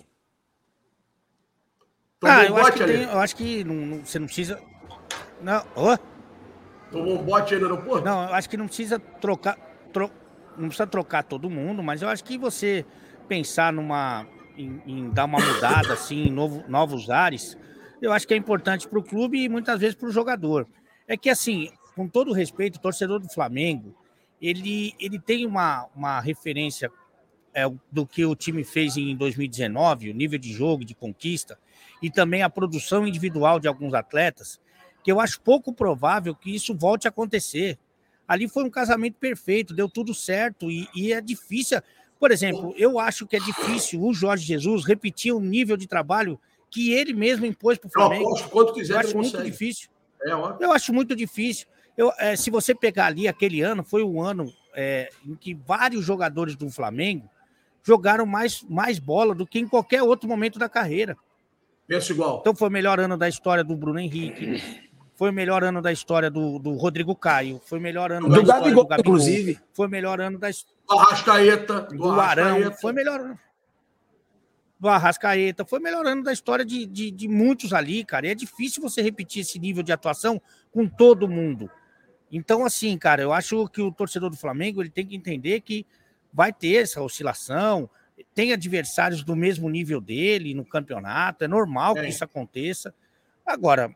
Eu acho que você não precisa... Não. Tomou um bote aí no aeroporto? Não, eu acho que não precisa trocar... Não precisa trocar todo mundo, mas eu acho que você pensar em dar uma mudada, assim, em novos ares, eu acho que é importante para o clube e muitas vezes para o jogador. É que, assim, com todo respeito, o torcedor do Flamengo, ele tem uma referência do que o time fez em 2019, o nível de jogo, de conquista, e também a produção individual de alguns atletas, que eu acho pouco provável que isso volte a acontecer. Ali foi um casamento perfeito, deu tudo certo, e é difícil. Por exemplo, eu acho que é difícil o Jorge Jesus repetir o nível de trabalho que ele mesmo impôs para o Flamengo. Eu aposto quanto quiser, eu acho muito difícil. Ó. Eu acho muito difícil. Se você pegar ali aquele ano, foi o ano em que vários jogadores do Flamengo jogaram mais bola do que em qualquer outro momento da carreira. Penso igual. Então foi o melhor ano da história do Bruno Henrique, foi o melhor ano da história do Rodrigo Caio, foi o melhor ano da história do Gabigol, inclusive. Foi o melhor ano da história do Arrascaeta, do Arão, foi melhor ano do Arrascaeta, foi melhor ano da história de muitos ali, cara. E é difícil você repetir esse nível de atuação com todo mundo. Então, assim, cara, eu acho que o torcedor do Flamengo ele tem que entender que vai ter essa oscilação, tem adversários do mesmo nível dele no campeonato, é normal que isso aconteça. Agora,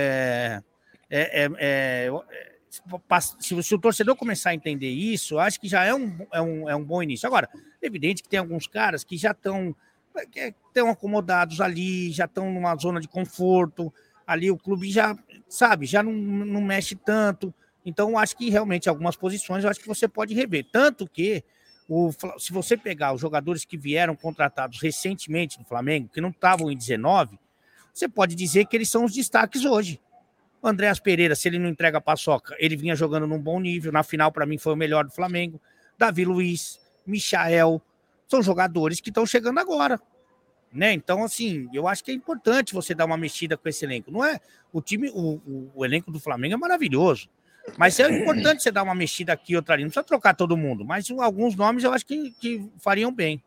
se o torcedor começar a entender isso, eu acho que já é um bom início. Agora, é evidente que tem alguns caras que já estão acomodados ali, já estão numa zona de conforto, ali o clube já não mexe tanto. Então, eu acho que realmente algumas posições eu acho que você pode rever. Tanto que, se você pegar os jogadores que vieram contratados recentemente no Flamengo, que não estavam em 19, você pode dizer que eles são os destaques hoje. O Andréas Pereira, se ele não entrega a paçoca, ele vinha jogando num bom nível. Na final, para mim, foi o melhor do Flamengo. Davi Luiz, Michael, são jogadores que estão chegando agora. Né? Então, assim, eu acho que é importante você dar uma mexida com esse elenco. Não é o elenco do Flamengo é maravilhoso. Mas é importante você dar uma mexida aqui e outra ali. Não precisa trocar todo mundo, mas alguns nomes eu acho que fariam bem.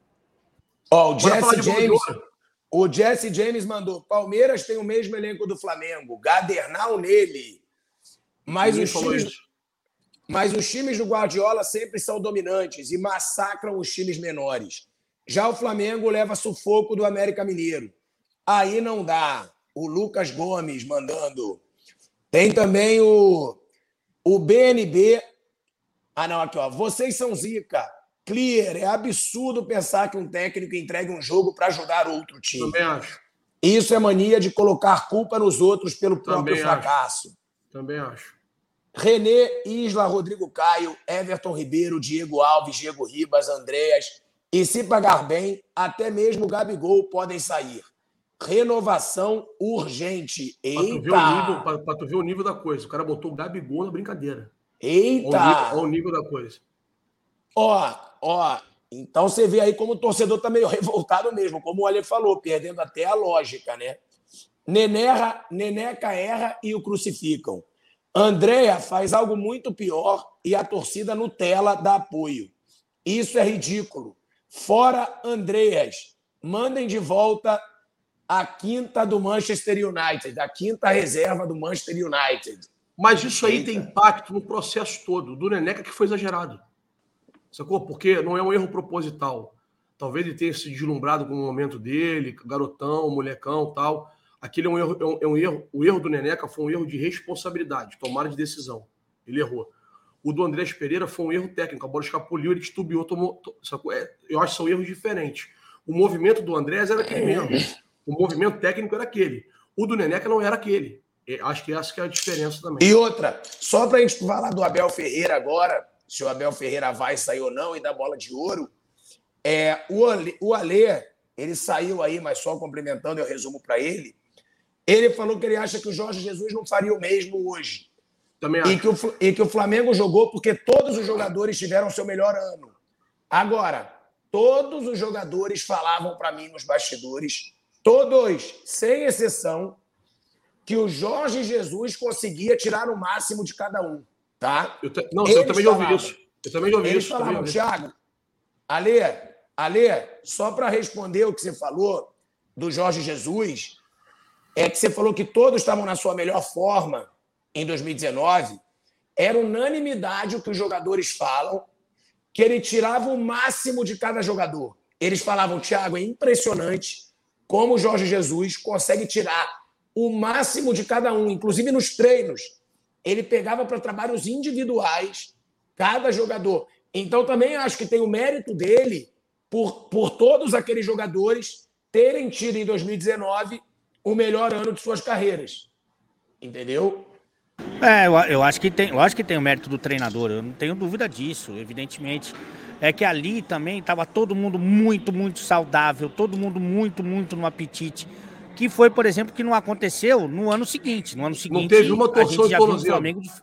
O Jesse James mandou: Palmeiras tem o mesmo elenco do Flamengo, Gadernal nele. Mas os times do Guardiola sempre são dominantes e massacram os times menores. Já o Flamengo leva sufoco do América Mineiro. Aí não dá. O Lucas Gomes mandando. Tem também o BNB. Não, aqui, ó. Vocês são zica. Clear. É absurdo pensar que um técnico entregue um jogo para ajudar outro time. Também acho. Isso é mania de colocar culpa nos outros pelo próprio fracasso. Também acho. René, Isla, Rodrigo Caio, Everton Ribeiro, Diego Alves, Diego Ribas, Andreas, e se pagar bem, até mesmo o Gabigol podem sair. Renovação urgente. Eita! Para tu ver o nível da coisa. O cara botou o Gabigol na brincadeira. Eita! Olha o nível da coisa. Ó. Então você vê aí como o torcedor tá meio revoltado mesmo, como o Ale falou, perdendo até a lógica, né? Neneca erra e o crucificam. Andréa faz algo muito pior e a torcida Nutella dá apoio. Isso é ridículo. Fora Andreas. Mandem de volta a quinta do Manchester United, a quinta reserva do Manchester United. Mas isso aí tem impacto no processo todo. Do Neneca que foi exagerado. Sacou? Porque não é um erro proposital. Talvez ele tenha se deslumbrado com o momento dele, garotão, molecão, tal. Aquele é um erro. O erro do Neneca foi um erro de responsabilidade, tomada de decisão. Ele errou. O do Andrés Pereira foi um erro técnico. A bola escapuliu, ele titubeou, tomou. Sacou? Eu acho que são erros diferentes. O movimento do Andrés era aquele mesmo. O movimento técnico era aquele. O do Neneca não era aquele. Acho que essa que é a diferença também. E outra, só para a gente falar do Abel Ferreira agora, se o Abel Ferreira vai sair ou não e da bola de ouro, o Alê, ele saiu aí, mas só complementando, eu resumo para ele, ele falou que ele acha que o Jorge Jesus não faria o mesmo hoje. Também acho. E que o Flamengo jogou porque todos os jogadores tiveram seu melhor ano. Agora, todos os jogadores falavam para mim nos bastidores, todos, sem exceção, que o Jorge Jesus conseguia tirar o máximo de cada um. Tá? Eu também já ouvi isso. Eu também já ouvi eles isso. Falavam, Thiago, Ale, só para responder o que você falou do Jorge Jesus, é que você falou que todos estavam na sua melhor forma em 2019. Era unanimidade o que os jogadores falam, que ele tirava o máximo de cada jogador. Eles falavam, Thiago, é impressionante como o Jorge Jesus consegue tirar o máximo de cada um, inclusive nos treinos. Ele pegava para trabalhos individuais cada jogador. Então, também acho que tem o mérito dele por todos aqueles jogadores terem tido em 2019 o melhor ano de suas carreiras. Entendeu? Eu acho que tem, lógico que tem o mérito do treinador, eu não tenho dúvida disso, evidentemente. É que ali também estava todo mundo muito, muito saudável, todo mundo muito, muito no apetite. Que foi, por exemplo, que não aconteceu no ano seguinte. No ano seguinte, não teve uma torção de tornozelo. Flamengo de...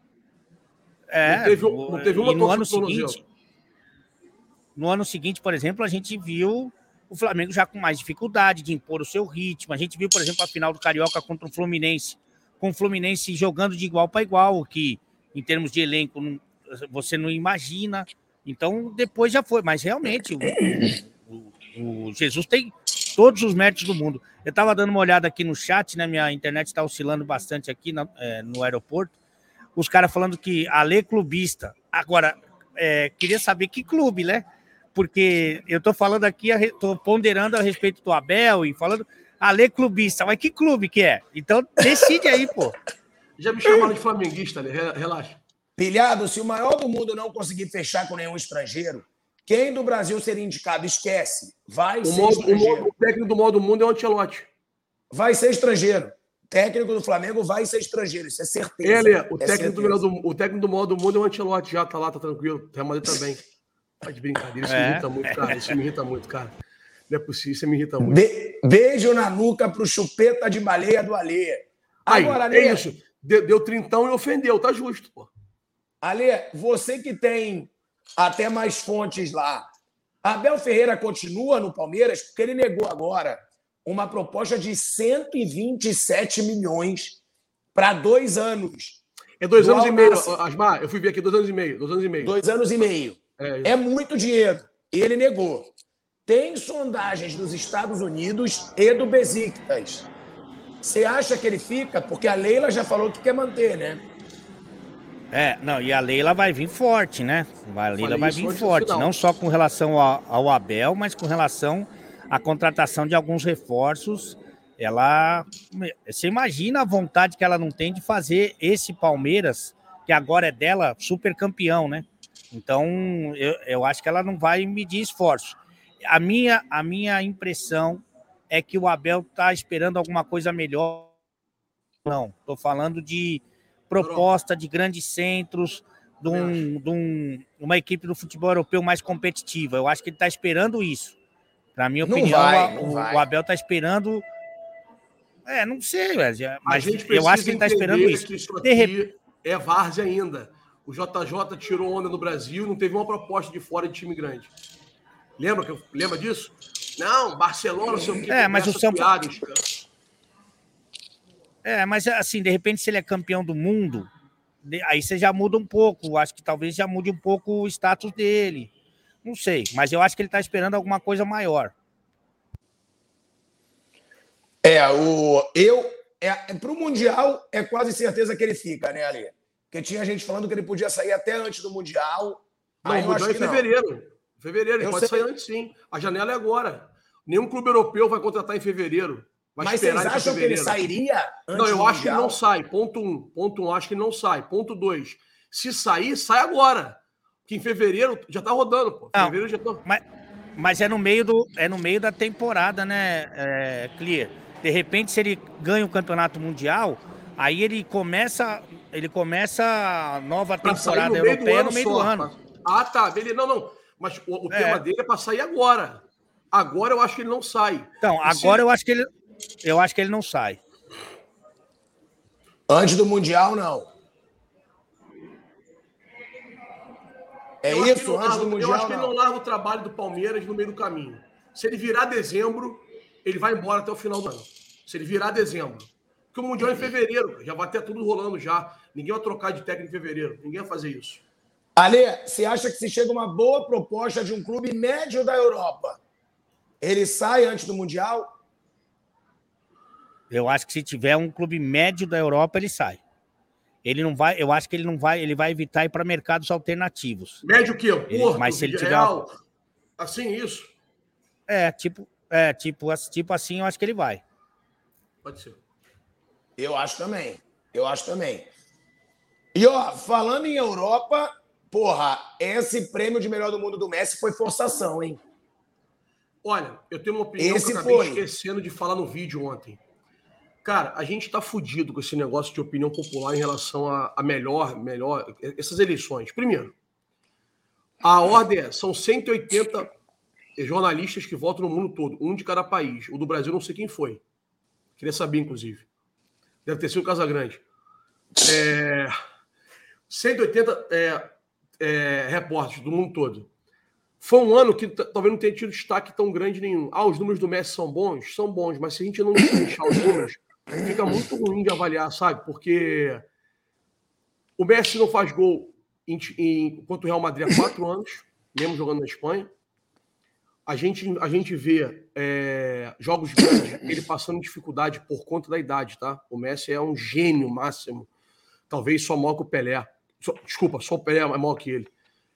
Não teve uma torção de tornozelo. No ano seguinte, por exemplo, a gente viu o Flamengo já com mais dificuldade de impor o seu ritmo. A gente viu, por exemplo, a final do Carioca contra o Fluminense, com o Fluminense jogando de igual para igual, que em termos de elenco você não imagina. Então, depois já foi. Mas realmente, o Jesus tem todos os méritos do mundo. Eu estava dando uma olhada aqui no chat, né? Minha internet está oscilando bastante aqui no aeroporto. Os caras falando que Alê clubista. Agora, queria saber que clube, né? Porque eu estou falando aqui, estou ponderando a respeito do Abel e falando Alê clubista. Mas que clube que é? Então, decide aí, pô. Já me chamaram de flamenguista, né? Relaxa. Pilhado, se o maior do mundo não conseguir fechar com nenhum estrangeiro, quem do Brasil seria indicado? Esquece. Vai ser estrangeiro. O técnico do maior do mundo é o Ancelotti. Vai ser estrangeiro. O técnico do Flamengo vai ser estrangeiro, isso é certeza. O técnico do maior do mundo é o Ancelotti, já tá lá, tá tranquilo. Real Madrid também. Tá de brincadeira, isso me irrita muito, cara. Isso me irrita muito, cara. Não é possível, isso me irrita muito. Beijo na nuca pro chupeta de baleia do Alê. Agora, Alê, é isso. Deu trintão e ofendeu, tá justo, pô. Alê, você que tem até mais fontes lá, Abel Ferreira continua no Palmeiras porque ele negou agora uma proposta de 127 milhões para 2 anos. É 2 anos e meio, Asmar, eu fui ver aqui, 2 anos e meio. 2 anos e meio. 2 anos e meio. É muito dinheiro. Ele negou. Tem sondagens dos Estados Unidos e do Besiktas. Você acha que ele fica? Porque a Leila já falou que quer manter, né? E a Leila vai vir forte, né? A Leila vai vir forte, não só com relação ao Abel, mas com relação à contratação de alguns reforços. Você imagina a vontade que ela não tem de fazer esse Palmeiras, que agora é dela, super campeão, né? Então, eu acho que ela não vai medir esforço. A minha impressão é que o Abel está esperando alguma coisa melhor. Não, estou falando de proposta de grandes centros, uma equipe do futebol europeu mais competitiva. Eu acho que ele está esperando isso. Na minha opinião, o Abel está esperando... não sei, mas eu acho que ele está esperando isso. Que isso aqui é várzea ainda. O JJ tirou onda no Brasil, não teve uma proposta de fora de time grande. Lembra disso? Não, Barcelona, não sei o que. Mas o São Paulo... mas assim, de repente, se ele é campeão do mundo, aí você já muda um pouco. Acho que talvez já mude um pouco o status dele. Não sei, mas eu acho que ele está esperando alguma coisa maior. Para o Mundial, é quase certeza que ele fica, né, Ale? Porque tinha gente falando que ele podia sair até antes do Mundial. Não, o Mundial é em fevereiro. Fevereiro, ele pode sair antes, sim. A janela é agora. Nenhum clube europeu vai contratar em fevereiro. Mas vocês acham que ele sairia antes do Mundial? Não, eu acho que ele não sai. Ponto 1. Ponto 1, acho que ele não sai. Ponto 2. Se sair, sai agora. Porque em fevereiro já tá rodando, pô. Não, fevereiro já tá... Mas é no meio da temporada, né, Clear? De repente, se ele ganha o campeonato mundial, aí ele começa a nova temporada europeia no meio do ano. Ah, tá. Beleza. Não. Mas o tema dele é para sair agora. Agora eu acho que ele não sai. Então, agora eu acho que ele não sai. Antes do Mundial, não. Antes do Mundial, eu acho que ele não larga o trabalho do Palmeiras no meio do caminho. Se ele virar dezembro, ele vai embora até o final do ano. Se ele virar dezembro. Porque o Mundial é em fevereiro. Já vai ter tudo rolando já. Ninguém vai trocar de técnico em fevereiro. Ninguém vai fazer isso. Ale, você acha que se chega uma boa proposta de um clube médio da Europa, ele sai antes do Mundial? Eu acho que se tiver um clube médio da Europa, ele sai. Ele não vai, eu acho que ele não vai, ele vai evitar ir para mercados alternativos. Médio o quê? Porto, mas se ele tiver Real, assim, isso? Tipo assim, eu acho que ele vai. Pode ser. Eu acho também. E, falando em Europa, esse prêmio de melhor do mundo do Messi foi forçação, hein? Olha, eu tenho uma opinião que eu acabei esquecendo de falar no vídeo ontem. Cara, a gente tá fudido com esse negócio de opinião popular em relação a melhor, essas eleições. Primeiro, a ordem são 180 jornalistas que votam no mundo todo, um de cada país. O do Brasil não sei quem foi. Queria saber, inclusive. Deve ter sido o Casagrande. 180 repórteres do mundo todo. Foi um ano que talvez não tenha tido destaque tão grande nenhum. Os números do Messi são bons, mas se a gente não deixar os números, fica muito ruim de avaliar, sabe? Porque o Messi não faz gol enquanto o Real Madrid há 4 anos, mesmo jogando na Espanha. A gente vê jogos grandes, ele passando dificuldade por conta da idade, tá? O Messi é um gênio máximo. Talvez só maior que o Pelé. Só o Pelé é maior que ele.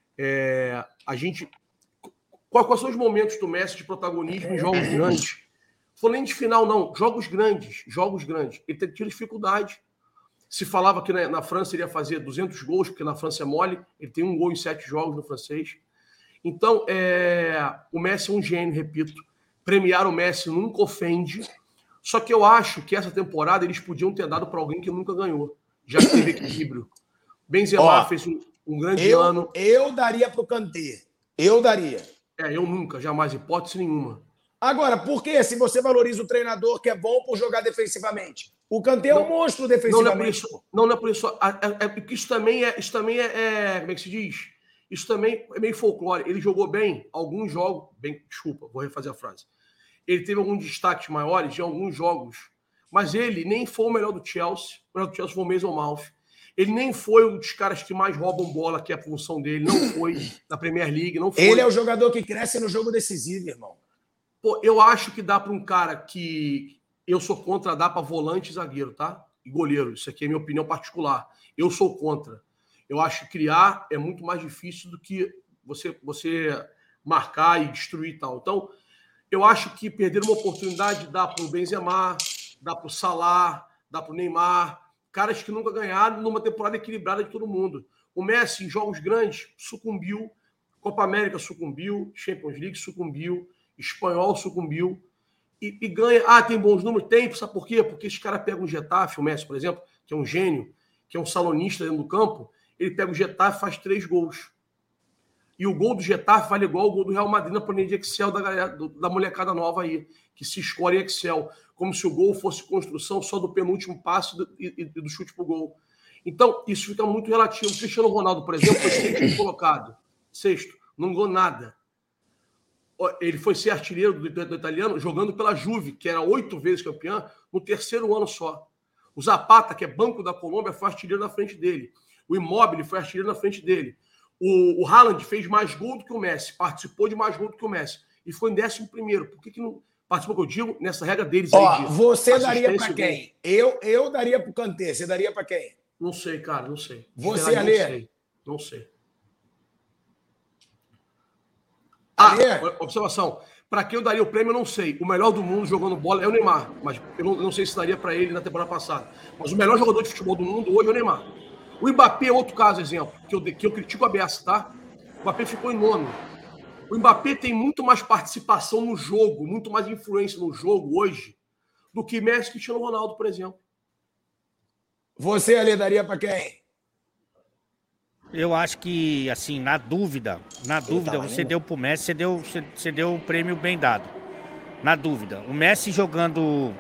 Quais são os momentos do Messi de protagonismo em jogos grandes? Não foi nem de final, não. Jogos grandes. Ele tem tido dificuldade. Se falava que na França ele ia fazer 200 gols, porque na França é mole. Ele tem 1 gol em 7 jogos no francês. Então, o Messi é um gênio, repito. Premiar o Messi nunca ofende. Só que eu acho que essa temporada eles podiam ter dado para alguém que nunca ganhou. Já que teve equilíbrio. Benzema fez um grande ano. Eu daria para o Kanté. Eu daria. Eu nunca, jamais, hipótese nenhuma. Agora, por que se você valoriza o treinador que é bom por jogar defensivamente? O Kanté é um monstro defensivamente. Não é por isso. Porque isso também é... Como é que se diz? Isso também é meio folclore. Ele jogou bem alguns jogos... Desculpa, vou refazer a frase. Ele teve alguns destaques maiores em alguns jogos. Mas ele nem foi o melhor do Chelsea. O melhor do Chelsea foi o Mason Mount. Ele nem foi um dos caras que mais roubam bola, que é a função dele. Não foi na Premier League, não foi. Ele é o jogador que cresce no jogo decisivo, irmão. Eu acho que dá para um cara que... Eu sou contra dar para volante e zagueiro, tá? E goleiro. Isso aqui é minha opinião particular. Eu sou contra. Eu acho que criar é muito mais difícil do que você marcar e destruir e tal. Então, eu acho que perder uma oportunidade dá para o Benzema, dá para o Salah, dá para o Neymar, caras que nunca ganharam numa temporada equilibrada de todo mundo. O Messi, em jogos grandes, sucumbiu. Copa América sucumbiu, Champions League sucumbiu, Espanhol sucumbiu. E ganha. Tem bons números? Tem. Sabe por quê? Porque esse cara pega um Getafe, o Messi, por exemplo, que é um gênio, que é um salonista dentro do campo, ele pega o Getafe e faz 3 gols. E o gol do Getafe vale igual ao gol do Real Madrid na planilha de Excel da galera, da molecada nova aí, que se escolhe em Excel, como se o gol fosse construção só do penúltimo passe e do chute pro gol. Então, isso fica muito relativo. O Cristiano Ronaldo, por exemplo, foi 6º colocado. 6º. Não ganhou nada. Ele foi ser artilheiro do italiano jogando pela Juve, que era 8 vezes campeã, no 3º ano só. O Zapata, que é banco da Colômbia, foi artilheiro na frente dele. O Immobile foi artilheiro na frente dele. O Haaland fez mais gol do que o Messi, participou de mais gol do que o Messi. E foi em 11º. Por que não participou, que eu digo, nessa regra deles aí? Você daria para quem? Eu daria para o Kanté. Você daria para quem? Não sei, cara, não sei. Você, Ale? Não sei. Observação. Para quem eu daria o prêmio, eu não sei. O melhor do mundo jogando bola é o Neymar. Mas eu não sei se daria para ele na temporada passada. Mas o melhor jogador de futebol do mundo hoje é o Neymar. O Mbappé é outro caso, exemplo, que eu critico a beça, tá? O Mbappé ficou em 9º. O Mbappé tem muito mais participação no jogo, muito mais influência no jogo hoje do que Messi e Cristiano Ronaldo, por exemplo. Você, Ale, daria para quem? Eu acho que, assim, na dúvida, você deu pro Messi, você deu o prêmio bem dado. Na dúvida. O Messi jogando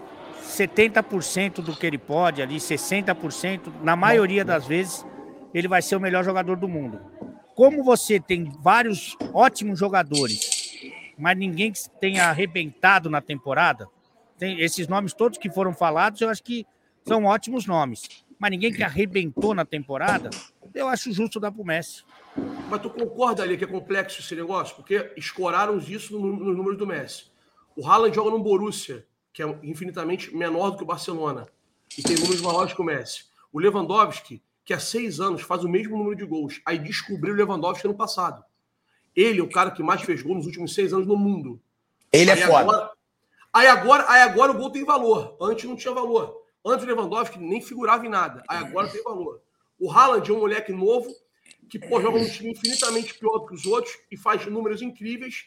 70% do que ele pode, ali, 60%, na maioria das vezes, ele vai ser o melhor jogador do mundo. Como você tem vários ótimos jogadores, mas ninguém que tenha arrebentado na temporada, tem esses nomes todos que foram falados, eu acho que são ótimos nomes. Mas ninguém que arrebentou na temporada, eu acho justo dar pro Messi. Mas tu concorda ali que é complexo esse negócio? Porque escoraram isso nos números do Messi. O Haaland joga no Borussia, que é infinitamente menor do que o Barcelona, e tem números maiores que o Messi. O Lewandowski, que há 6 anos faz o mesmo número de gols, aí descobriu o Lewandowski ano passado. Ele é o cara que mais fez gol nos últimos 6 anos no mundo. Ele é foda. Aí agora o gol tem valor. Antes não tinha valor. Antes o Lewandowski nem figurava em nada. Aí agora tem valor. O Haaland é um moleque novo que joga num time infinitamente pior do que os outros e faz números incríveis.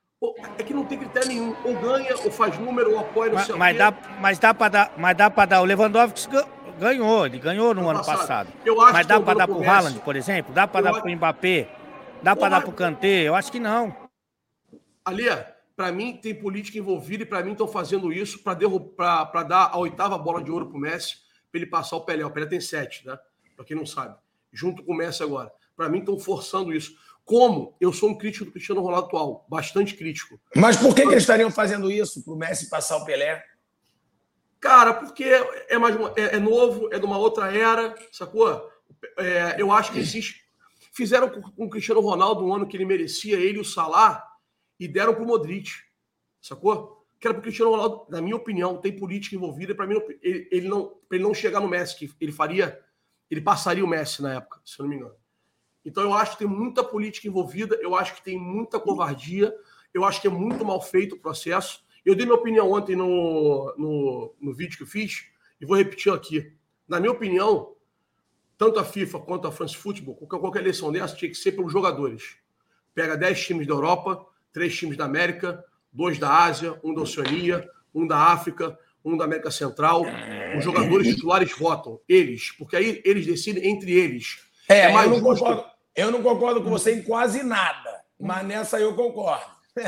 É que não tem critério nenhum. Ou ganha, ou faz número, ou apoia no céu. Mas dá para dar. O Lewandowski ganhou. Ele ganhou no ano passado. Mas dá para dar pro Haaland, por exemplo? Dá para dar pro Mbappé? Dá para dar pro Kanté? Eu acho que não. Ali, para mim, tem política envolvida e para mim estão fazendo isso para dar a 8ª bola de ouro pro Messi, para ele passar o Pelé. O Pelé tem 7, né? Para quem não sabe. Junto com o Messi agora. Para mim, estão forçando isso. Como eu sou um crítico do Cristiano Ronaldo atual, bastante crítico. Mas por que eles estariam fazendo isso pro Messi passar o Pelé? Cara, porque é novo, é de uma outra era, sacou? Eu acho que fizeram com o Cristiano Ronaldo um ano que ele merecia, ele e o Salah, e deram pro Modric, sacou? Que era pro Cristiano Ronaldo, na minha opinião, tem política envolvida, para mim, ele não chegar no Messi, que ele passaria o Messi na época, se eu não me engano. Então eu acho que tem muita política envolvida, eu acho que tem muita covardia, eu acho que é muito mal feito o processo. Eu dei minha opinião ontem no vídeo que eu fiz, e vou repetir aqui. Na minha opinião, tanto a FIFA quanto a France Football, qualquer eleição dessa tinha que ser pelos jogadores. Pega 10 times da Europa, 3 times da América, 2 da Ásia, 1 da Oceania, 1 da África, 1 da América Central. Os jogadores titulares votam, eles, porque aí eles decidem entre eles. Eu não concordo com você em quase nada, mas nessa eu concordo.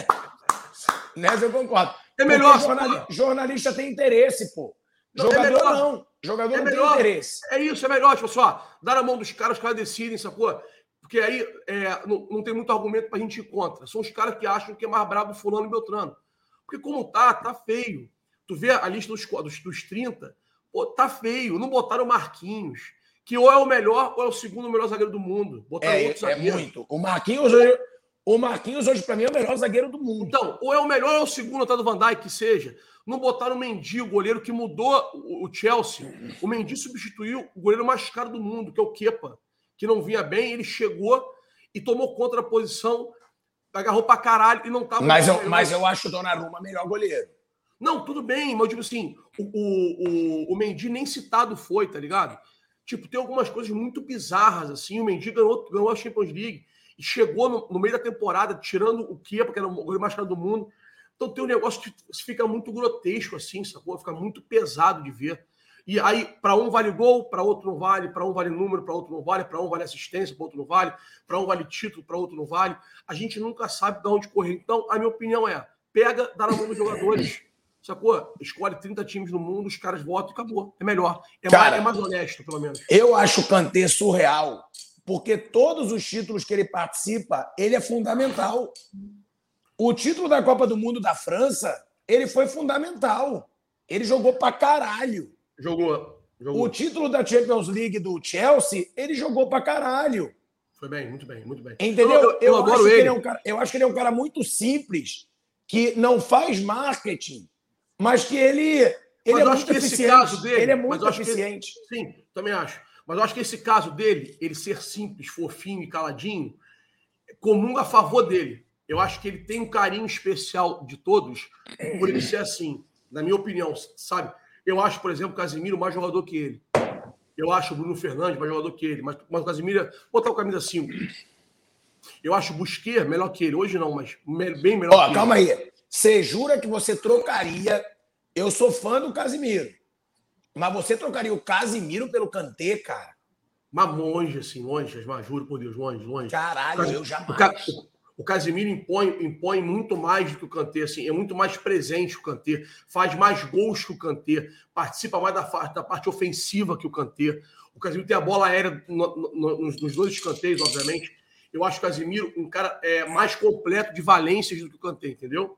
Nessa eu concordo. É melhor. Jornalista tem interesse, pô. Jogador não. Jogador não tem interesse. É isso, é melhor. Tipo, só, dar a mão dos caras, os caras decidem, sacou? Porque aí não tem muito argumento pra gente ir contra. São os caras que acham que é mais brabo fulano e Beltrano. Porque como tá feio. Tu vê a lista dos 30, pô, tá feio. Não botaram o Marquinhos, que ou é o melhor ou é o segundo melhor zagueiro do mundo. Botaram outro zagueiro. Muito. O Marquinhos hoje, pra mim, é o melhor zagueiro do mundo. Então, ou é o melhor ou é o segundo atrás do Van Dijk, que seja. Não botaram o Mendy, o goleiro que mudou o Chelsea. O Mendy substituiu o goleiro mais caro do mundo, que é o Kepa, que não vinha bem. Ele chegou e tomou contra a posição, agarrou pra caralho e não tava... Mas eu acho o Donnarumma melhor goleiro. Não, tudo bem, mas tipo assim, o Mendy nem citado foi, tá ligado? Tipo, tem algumas coisas muito bizarras, assim. O Mendy ganhou a Champions League e chegou no meio da temporada, tirando o Kepa, que era o goleiro mais caro do mundo. Então tem um negócio que fica muito grotesco, assim, sacou? Fica muito pesado de ver. E aí, para um vale gol, para outro não vale, para um vale número, para outro não vale, para um vale assistência, para outro não vale, para um vale título, para outro não vale. A gente nunca sabe de onde correr. Então, a minha opinião é, pega, dá na mão dos jogadores, sacou? Escolhe 30 times no mundo, os caras votam e acabou. É melhor. É mais honesto, pelo menos. Eu acho o Kanté surreal, porque todos os títulos que ele participa, ele é fundamental. O título da Copa do Mundo da França, ele foi fundamental. Ele jogou pra caralho. Jogou. O título da Champions League do Chelsea, ele jogou pra caralho. Foi bem, muito bem, muito bem. Entendeu? Eu adoro ele. Eu acho que ele é um cara muito simples, que não faz marketing, mas que ele é muito eficiente. Caso dele, ele é muito eficiente. Sim, também acho. Mas eu acho que esse caso dele, ele ser simples, fofinho e caladinho, comunga a favor dele. Eu acho que ele tem um carinho especial de todos por ele ser assim, na minha opinião, sabe? Eu acho, por exemplo, o Casemiro mais jogador que ele. Eu acho o Bruno Fernandes mais jogador que ele. Mas o Casemiro, botar o camisa 5. Eu acho o Busquets melhor que ele. Hoje não, mas bem melhor que ele. Calma aí. Você jura que você trocaria... Eu sou fã do Casemiro. Mas você trocaria o Casemiro pelo Kanté, cara? Mas longe, assim, longe. Mas juro por Deus, longe. Caralho, eu jamais. O Casemiro impõe muito mais do que o Kanté, assim, é muito mais presente o Kanté, faz mais gols que o Kanté, participa mais da parte ofensiva que o Kanté. O Casemiro tem a bola aérea nos dois escanteios, obviamente. Eu acho o Casemiro um cara mais completo de valências do que o Kanté, entendeu?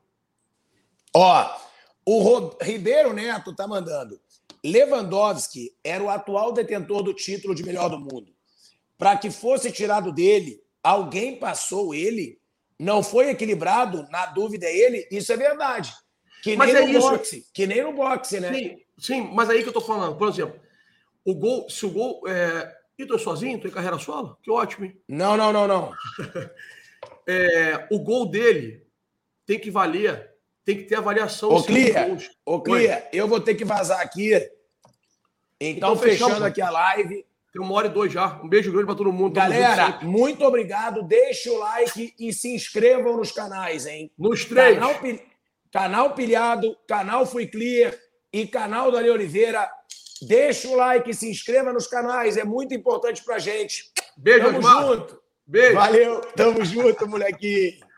Ó, o Ribeiro Neto tá mandando. Lewandowski era o atual detentor do título de melhor do mundo. Para que fosse tirado dele, alguém passou ele? Não foi equilibrado? Na dúvida é ele? Isso é verdade. Que nem no boxe, né? Sim, mas aí que eu tô falando. Por exemplo, o gol, se o gol... E tô sozinho? Tô em carreira solo? Que ótimo, hein? Não. O gol dele tem que valer, tem que ter avaliação. Ô, Clia, eu vou ter que vazar aqui. Então fechando aqui a live... Tem 1h02 já. Um beijo grande para todo mundo. Galera, muito obrigado. Deixe o like e se inscrevam nos canais, hein? Nos 3. Canal Pilhado, canal Fui Clear e canal Dali Oliveira. Deixe o like e se inscreva nos canais. É muito importante pra gente. Beijo, Tamo junto. Beijo. Valeu. Tamo junto, molequinho.